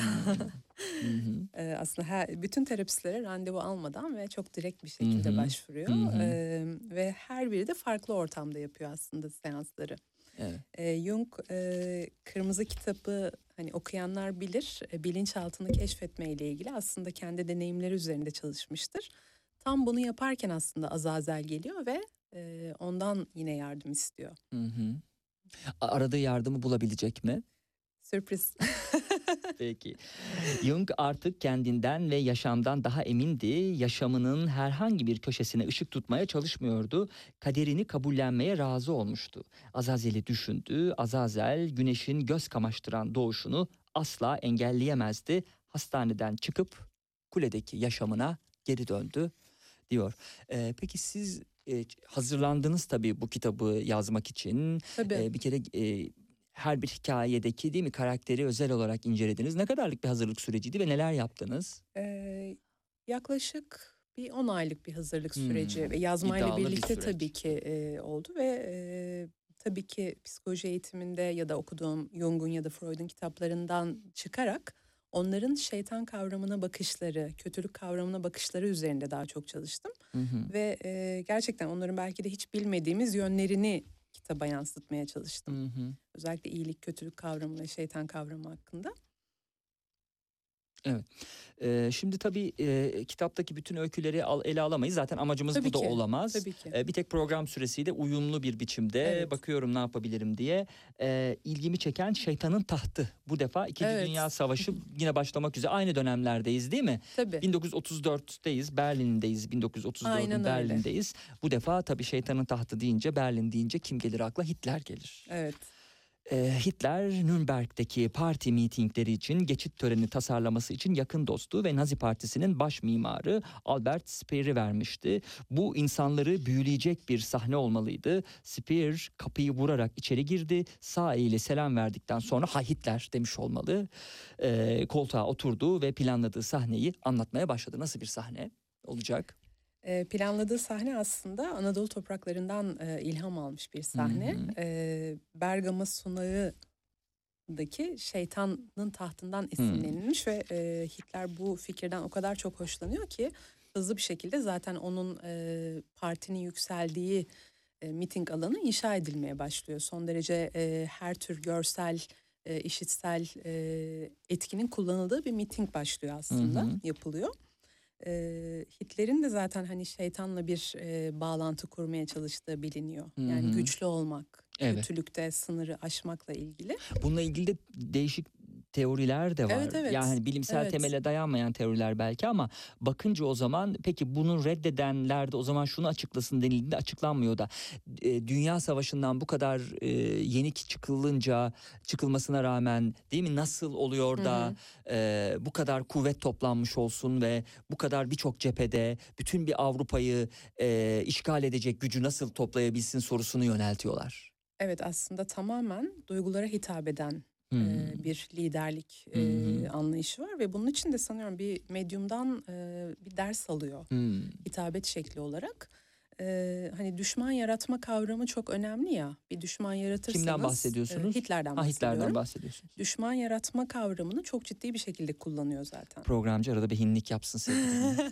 Aslında bütün terapistlere randevu almadan ve çok direkt bir şekilde başvuruyor. Ve her biri de farklı ortamda yapıyor aslında seansları. Evet. Jung Kırmızı Kitabı hani okuyanlar bilir, bilinçaltını keşfetme ile ilgili aslında kendi deneyimleri üzerinde çalışmıştır. Tam bunu yaparken aslında Azazel geliyor ve ondan yine yardım istiyor. Aradığı yardımı bulabilecek mi? Sürpriz. Peki. Jung artık kendinden ve yaşamdan daha emindi. Yaşamının herhangi bir köşesine ışık tutmaya çalışmıyordu. Kaderini kabullenmeye razı olmuştu. Azazel'i düşündü. Azazel güneşin göz kamaştıran doğuşunu asla engelleyemezdi. Hastaneden çıkıp kuledeki yaşamına geri döndü diyor. Peki siz hazırlandınız tabii bu kitabı yazmak için. Tabii. Bir kere her bir hikayedeki değil mi karakteri özel olarak incelediniz. Ne kadarlık bir hazırlık süreciydi ve neler yaptınız? Yaklaşık bir 10 aylık bir hazırlık süreci ve yazmayla İddialı bir birlikte süreç. tabii ki oldu ve tabii ki psikoloji eğitiminde ya da okuduğum Jung'un ya da Freud'un kitaplarından çıkarak onların şeytan kavramına bakışları, kötülük kavramına bakışları üzerinde daha çok çalıştım. Ve gerçekten onların belki de hiç bilmediğimiz yönlerini kitaba yansıtmaya çalıştım. Özellikle iyilik, kötülük kavramı ve şeytan kavramı hakkında. Evet. Şimdi tabii kitaptaki bütün öyküleri ele alamayız. Zaten amacımız Tabii bu da ki, olamaz. tabii ki. Bir tek program süresiyle uyumlu bir biçimde Evet. bakıyorum ne yapabilirim diye. İlgimi çeken Şeytanın Tahtı. Bu defa İkinci Evet. Dünya Savaşı yine başlamak üzere. Aynı dönemlerdeyiz değil mi? Tabii. 1934'teyiz, Berlin'deyiz. 1934'ün Aynen öyle. Berlin'deyiz. Bu defa tabii Şeytanın Tahtı deyince, Berlin deyince kim gelir akla? Hitler gelir. Evet. Hitler Nürnberg'deki parti mitingleri için geçit töreni tasarlaması için yakın dostu ve Nazi Partisi'nin baş mimarı Albert Speer'i vermişti. Bu insanları büyüleyecek bir sahne olmalıydı. Speer kapıyı vurarak içeri girdi. Sağ eliyle selam verdikten sonra "Ha Hitler" demiş olmalı. Koltuğa oturdu ve planladığı sahneyi anlatmaya başladı. Nasıl bir sahne olacak? Planladığı sahne aslında Anadolu topraklarından ilham almış bir sahne. Bergama Sunağı'daki şeytanın tahtından esinlenilmiş ve Hitler bu fikirden o kadar çok hoşlanıyor ki hızlı bir şekilde zaten onun partinin yükseldiği miting alanı inşa edilmeye başlıyor. Son derece her tür görsel, işitsel etkinin kullanıldığı bir miting başlıyor aslında, yapılıyor. Hitler'in de zaten hani şeytanla bir bağlantı kurmaya çalıştığı biliniyor. Yani güçlü olmak, Evet. kötülükte sınırı aşmakla ilgili. Bununla ilgili de değişik teoriler de var. Evet, evet. Yani hani bilimsel Evet. temele dayanmayan teoriler belki ama bakınca o zaman peki bunu reddedenler de o zaman şunu açıklasın denildiğinde açıklanmıyor da Dünya Savaşı'ndan bu kadar yenik çıkılmasına rağmen değil mi nasıl oluyor da bu kadar kuvvet toplanmış olsun ve bu kadar birçok cephede bütün bir Avrupa'yı işgal edecek gücü nasıl toplayabilsin sorusunu yöneltiyorlar. Evet, aslında tamamen duygulara hitap eden bir liderlik anlayışı var ve bunun için de sanıyorum bir medyumdan bir ders alıyor hitabet şekli olarak. hani düşman yaratma kavramı çok önemli ya. Bir düşman yaratırsanız. Kimden bahsediyorsunuz? Hitler'den Hitler'den bahsediyorsunuz. Düşman yaratma kavramını çok ciddi bir şekilde kullanıyor zaten. Programcı arada bir hinlik yapsın sevgili.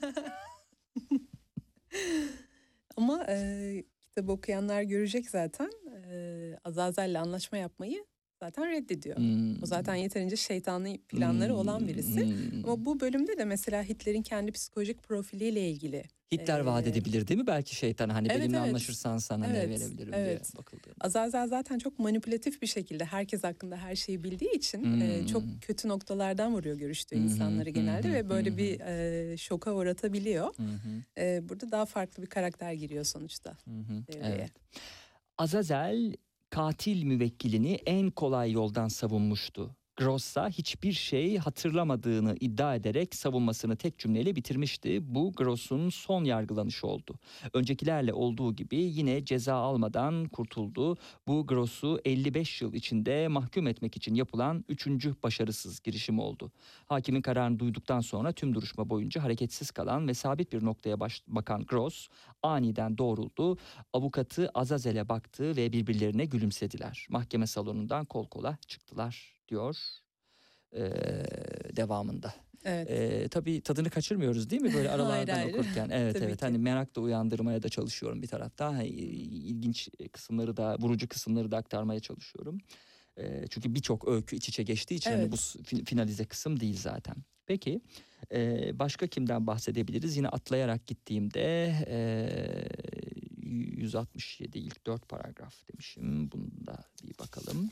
Ama kitabı okuyanlar görecek zaten. Azazel'le anlaşma yapmayı zaten reddediyor. O zaten yeterince şeytanlı planları olan birisi. Ama bu bölümde de mesela Hitler'in kendi psikolojik profiliyle ilgili. Hitler vaat edebilir değil mi belki şeytan? Hani Evet, benimle evet. anlaşırsan sana ne Evet, verebilirim evet. diye bakıldığında. Azazel zaten çok manipülatif bir şekilde herkes hakkında her şeyi bildiği için çok kötü noktalardan vuruyor görüştüğü insanları genelde ve böyle bir şoka uğratabiliyor. Burada daha farklı bir karakter giriyor sonuçta devreye. Evet. Azazel katil müvekkilini en kolay yoldan savunmuştu. Gross'a hiçbir şey hatırlamadığını iddia ederek savunmasını tek cümleyle bitirmişti. Bu Gross'un son yargılanışı oldu. Öncekilerle olduğu gibi yine ceza almadan kurtuldu. Bu Gross'u 55 yıl içinde mahkum etmek için yapılan 3. başarısız girişim oldu. Hakimin kararını duyduktan sonra tüm duruşma boyunca hareketsiz kalan ve sabit bir noktaya bakan Gross aniden doğruldu. Avukatı Azazel'e baktı ve birbirlerine gülümsediler. Mahkeme salonundan kol kola çıktılar diyor devamında. Evet. Tabii tadını kaçırmıyoruz değil mi böyle aralardan Hayır. okurken? Evet Tabii evet ki. hani merak da uyandırmaya da çalışıyorum bir tarafta. İlginç kısımları da vurucu kısımları da aktarmaya çalışıyorum. Çünkü birçok öykü iç içe geçtiği için hani bu finalize kısım değil zaten. Peki başka kimden bahsedebiliriz? Yine atlayarak gittiğimde 167 ilk 4 paragraf demişim. Bunu da bir bakalım.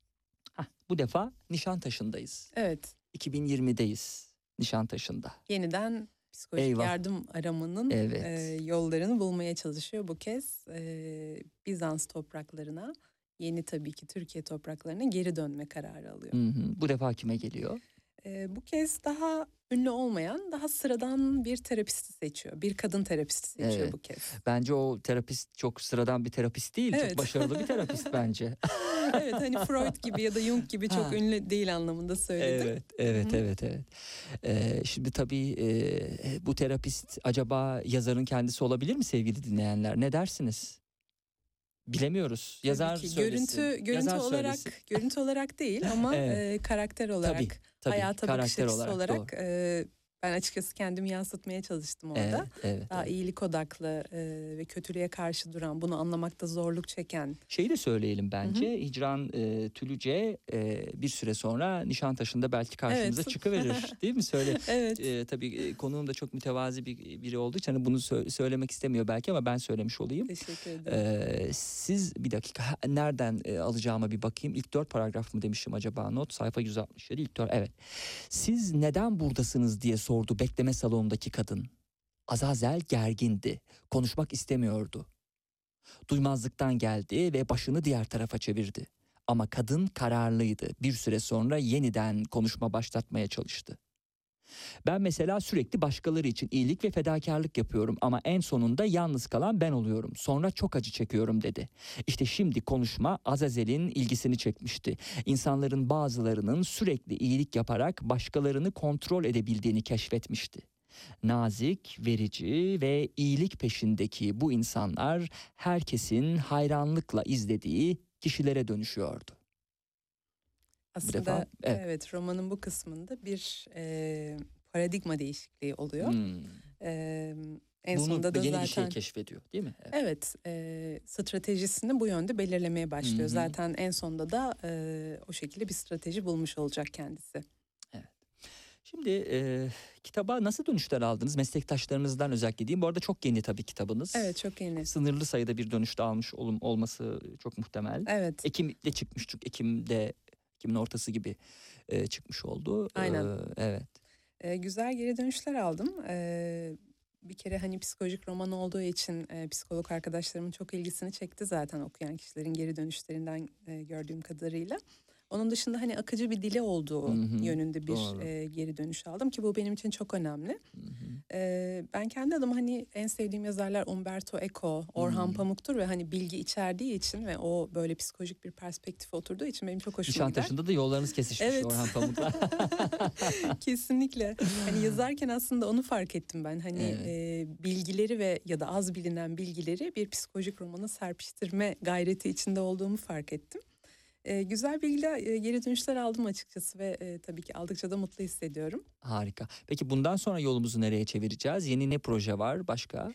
Bu defa Nişantaşı'ndayız. Evet. 2020'deyiz Nişantaşı'nda. Yeniden psikolojik yardım aramanın yollarını bulmaya çalışıyor bu kez. Bizans topraklarına, yeni tabii ki Türkiye topraklarına geri dönme kararı alıyor. Bu defa kime geliyor? Bu kez daha ünlü olmayan, daha sıradan bir terapisti seçiyor. Bir kadın terapisti seçiyor bu kez. Bence o terapist çok sıradan bir terapist değil. Evet. Çok başarılı bir terapist bence. Evet hani Freud gibi ya da Jung gibi çok ünlü değil anlamında söyledim. Evet. Şimdi tabii bu terapist acaba yazarın kendisi olabilir mi sevgili dinleyenler? Ne dersiniz? Bilemiyoruz. Yazar söylesin. Görüntü olarak değil ama karakter olarak, tabii, hayata bakış karakter açısı olarak ben açıkçası kendimi yansıtmaya çalıştım orada. Daha iyilik odaklı ve kötülüğe karşı duran, bunu anlamakta zorluk çeken. Şeyi de söyleyelim bence. Hicran Tülüce bir süre sonra Nişantaşı'nda belki karşımıza çıkıverir. Değil mi? Söyle. Evet. Tabii konuğum da çok mütevazi biri olduğu için hani bunu söylemek istemiyor belki ama ben söylemiş olayım. Teşekkür ederim. Siz bir dakika nereden alacağıma bir bakayım. İlk 4 paragraf mı demişim acaba? Not sayfa 167 ilk 4. Evet. Siz neden buradasınız diye sordu bekleme salonundaki kadın. Azazel gergindi. Konuşmak istemiyordu. Duymazlıktan geldi ve başını diğer tarafa çevirdi. Ama kadın kararlıydı. Bir süre sonra yeniden konuşma başlatmaya çalıştı. Ben mesela sürekli başkaları için iyilik ve fedakarlık yapıyorum ama en sonunda yalnız kalan ben oluyorum. Sonra çok acı çekiyorum dedi. İşte şimdi konuşma Azazel'in ilgisini çekmişti. İnsanların bazılarının sürekli iyilik yaparak başkalarını kontrol edebildiğini keşfetmişti. Nazik, verici ve iyilik peşindeki bu insanlar herkesin hayranlıkla izlediği kişilere dönüşüyordu. Aslında evet romanın bu kısmında bir paradigma değişikliği oluyor. En sonunda da yeni zaten bir şey keşfediyor değil mi? Evet, stratejisini bu yönde belirlemeye başlıyor. Zaten en sonunda da o şekilde bir strateji bulmuş olacak kendisi. Evet. Şimdi kitaba nasıl dönüşler aldınız? Meslektaşlarınızdan özellikle diyeyim. Bu arada çok yeni tabii kitabınız. Evet, çok yeni. Sınırlı sayıda bir dönüşte almış olması çok muhtemel. Evet. Ekim'de çıkmış çünkü Ekim'in ortası gibi çıkmış oldu. Aynen. Evet. Güzel geri dönüşler aldım. Bir kere hani psikolojik roman olduğu için psikolog arkadaşlarımın çok ilgisini çekti zaten okuyan kişilerin geri dönüşlerinden gördüğüm kadarıyla. Onun dışında hani akıcı bir dili olduğu yönünde bir doğru. geri dönüş aldım ki bu benim için çok önemli. Ben kendi adıma hani en sevdiğim yazarlar Umberto Eco, Orhan Pamuk'tur ve hani bilgi içerdiği için ve o böyle psikolojik bir perspektife oturduğu için benim çok hoşuma gider. Nişantaşı'nda da yollarınız kesişmiş Evet. Orhan Pamuk'la. Kesinlikle. Hani yazarken aslında onu fark ettim ben. Hani Evet. bilgileri ve ya da az bilinen bilgileri bir psikolojik romana serpiştirme gayreti içinde olduğumu fark ettim. Güzel bilgiler, geri dönüşler aldım açıkçası ve tabii ki aldıkça da mutlu hissediyorum. Harika. Peki bundan sonra yolumuzu nereye çevireceğiz? Yeni ne proje var başka?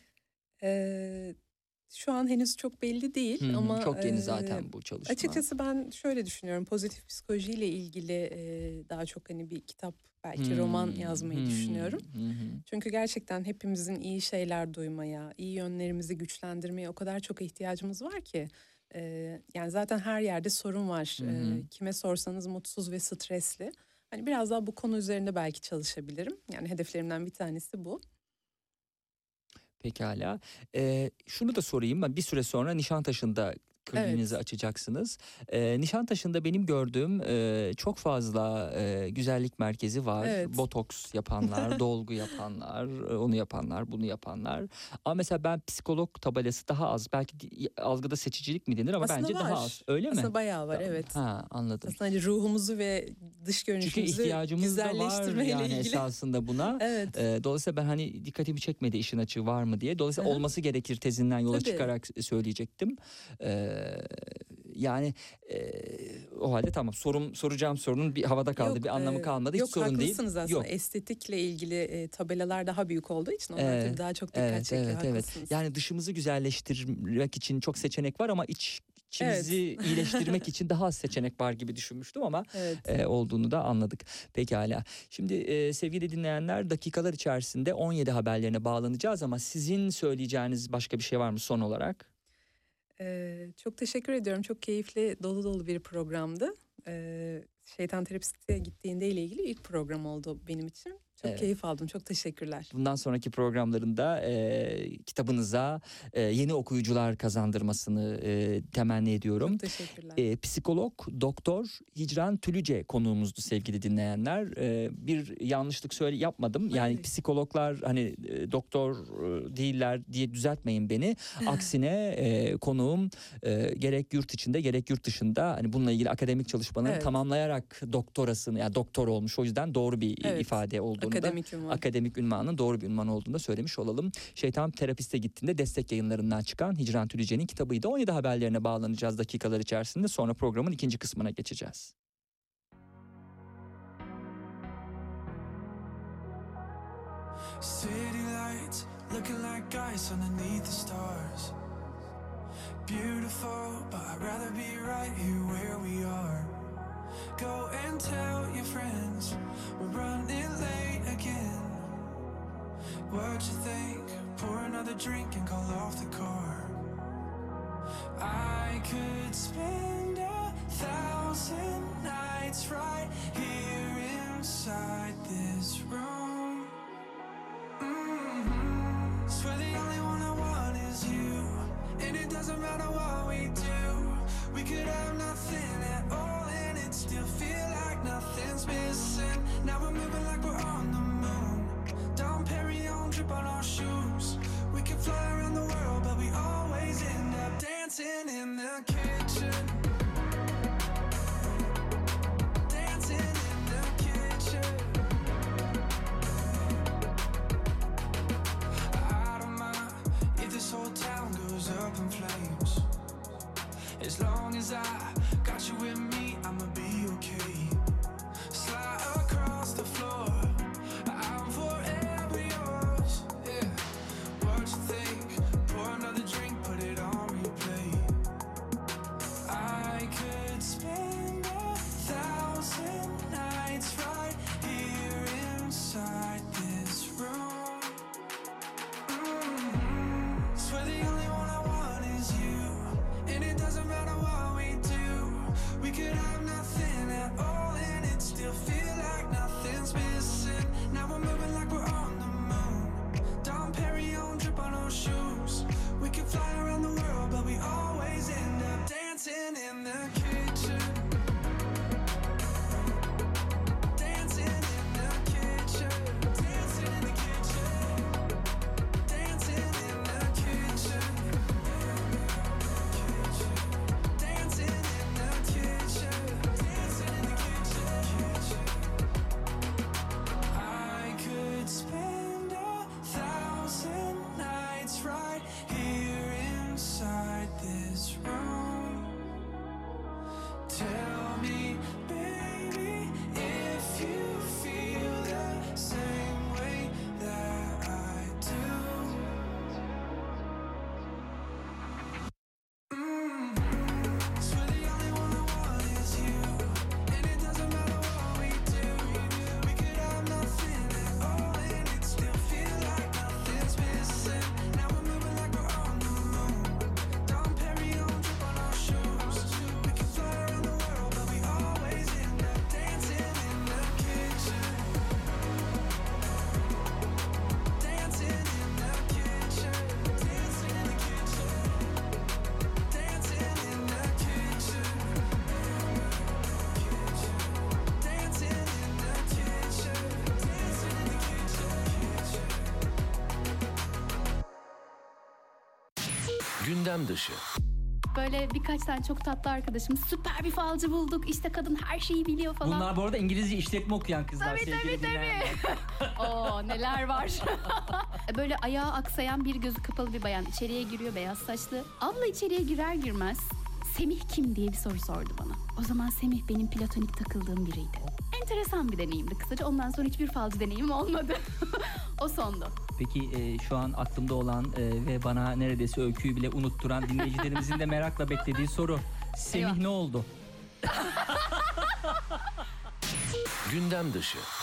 Şu an henüz çok belli değil ama çok yeni zaten bu çalışma. açıkçası ben şöyle düşünüyorum. Pozitif psikolojiyle ilgili daha çok hani bir kitap, belki roman yazmayı düşünüyorum. Çünkü gerçekten hepimizin iyi şeyler duymaya, iyi yönlerimizi güçlendirmeye o kadar çok ihtiyacımız var ki. Yani zaten her yerde sorun var. Kime sorsanız mutsuz ve stresli. Hani biraz daha bu konu üzerinde belki çalışabilirim. Yani hedeflerimden bir tanesi bu. Pekala. Şunu da sorayım, ben bir süre sonra Nişantaşı'nda kliniğinizi açacaksınız. Nişantaşı'nda benim gördüğüm çok fazla güzellik merkezi var. Evet. Botoks yapanlar, dolgu yapanlar, onu yapanlar, bunu yapanlar. Ama mesela ben psikolog tabelası daha az. Belki algıda seçicilik mi denir ama Aslında bence var. daha az. Öyle mi? Aslında bayağı var, evet. Ha, anladım. Aslında hani ruhumuzu ve dış Çünkü görünüşümüzü ihtiyacımız da var güzelleştirmeyle yani ilgili. esasında buna. Evet. Dolayısıyla ben hani dikkatimi çekmedi işin açığı var mı diye. Dolayısıyla Hı hı. olması gerekir tezinden yola Tabii. çıkarak söyleyecektim. Yani o halde tamam, soracağım sorunun bir havada kaldı, Yok, bir anlamı kalmadı. Hiç sorun değil. Yok, haklısınız aslında. Yok. Estetikle ilgili tabelalar daha büyük olduğu için onlar tabii daha çok dikkat çekiyor. Evet. Haklısınız. Yani dışımızı güzelleştirmek için çok seçenek var ama içimizi iyileştirmek için daha az seçenek var gibi düşünmüştüm ama Evet. olduğunu da anladık. Pekala. Şimdi sevgili dinleyenler, dakikalar içerisinde 17 haberlerine bağlanacağız ama sizin söyleyeceğiniz başka bir şey var mı son olarak? Çok teşekkür ediyorum. Çok keyifli, dolu dolu bir programdı. Şeytan Terapist'e gittiğinde ile ilgili ilk program oldu benim için. Çok keyif aldım. Çok teşekkürler. Bundan sonraki programlarında kitabınıza yeni okuyucular kazandırmasını temenni ediyorum. Çok teşekkürler. Psikolog Doktor Hicran Tülüce konuğumuzdu sevgili dinleyenler. Bir yanlışlık yapmadım. Yani Hayır. psikologlar hani doktor değiller diye düzeltmeyin beni. Aksine konuğum gerek yurt içinde gerek yurt dışında hani bununla ilgili akademik çalışmalarını tamamlayarak doktorasını, yani doktor olmuş. O yüzden doğru bir ifade olduğunu akademik ünvanın doğru bir ünvan olduğunu da söylemiş olalım. Şeytan Terapist'e gittiğinde destek yayınlarından çıkan Hicran Tülüce'nin kitabıydı. 17 haberlerine bağlanacağız dakikalar içerisinde. Sonra programın ikinci kısmına geçeceğiz. City lights looking like ice underneath the stars. Beautiful, but I'd rather be right here where we are. Go and tell your friends we're running late again. What you think? Pour another drink and call off the car. I could spend 1,000 nights right here inside this room. Swear the only one I want is you, and it doesn't matter what we do. We could have nothing at all, and it still feel like nothing's missing. Now we're moving like we're on the moon. Dom Perignon, drip on our shoes. We can fly around the world, but we always end up dancing in the kitchen. Dancing in the kitchen. I don't mind if this whole town goes up in flames. As long as I got you with me, I'ma be okay. Slide across the floor, I'm forever yours. Yeah, what you think? Pour another drink, put it on replay. I could spend 1,000 nights right here inside this room. Swear the only one I want is you, and it doesn't matter what we do. We could have nothing at all, and it still feel like nothing's missing. Now we're moving like we're on the moon. Dom Perignon, drip on our shoes. We can fly around the world, but we always end up dancing in the kitchen. Tell me, baby, if you feel the same way that I do. Swear the only one I want is you, and it doesn't matter what we do. We could have nothing at all, and it still feel like nothing's missing. Now we're moving like we're on the moon. Dom Perignon drip on our shoes. We could fly around the world, but we always end up dancing in the kitchen. Dancing in the kitchen. Dancing in the kitchen. Dancing in the kitchen. Dancing in the kitchen. Dancing in the kitchen. Gündem dışı. Böyle birkaç tane çok tatlı arkadaşım süper bir falcı bulduk. İşte kadın her şeyi biliyor falan. Bunlar bu arada İngilizce işletme okuyan kızlar. Tabii tabii. Oo neler var. Böyle ayağı aksayan bir gözü kapalı bir bayan içeriye giriyor, beyaz saçlı. Abla içeriye girer girmez Semih kim diye bir soru sordu bana. O zaman Semih benim platonik takıldığım biriydi. Enteresan bir deneyimdi kısaca. Ondan sonra hiçbir falcı deneyimim olmadı. O sondu. Peki şu an aklımda olan ve bana neredeyse öyküyü bile unutturan dinleyicilerimizin de merakla beklediği soru. Semih Eyvah. ne oldu? Gündem dışı.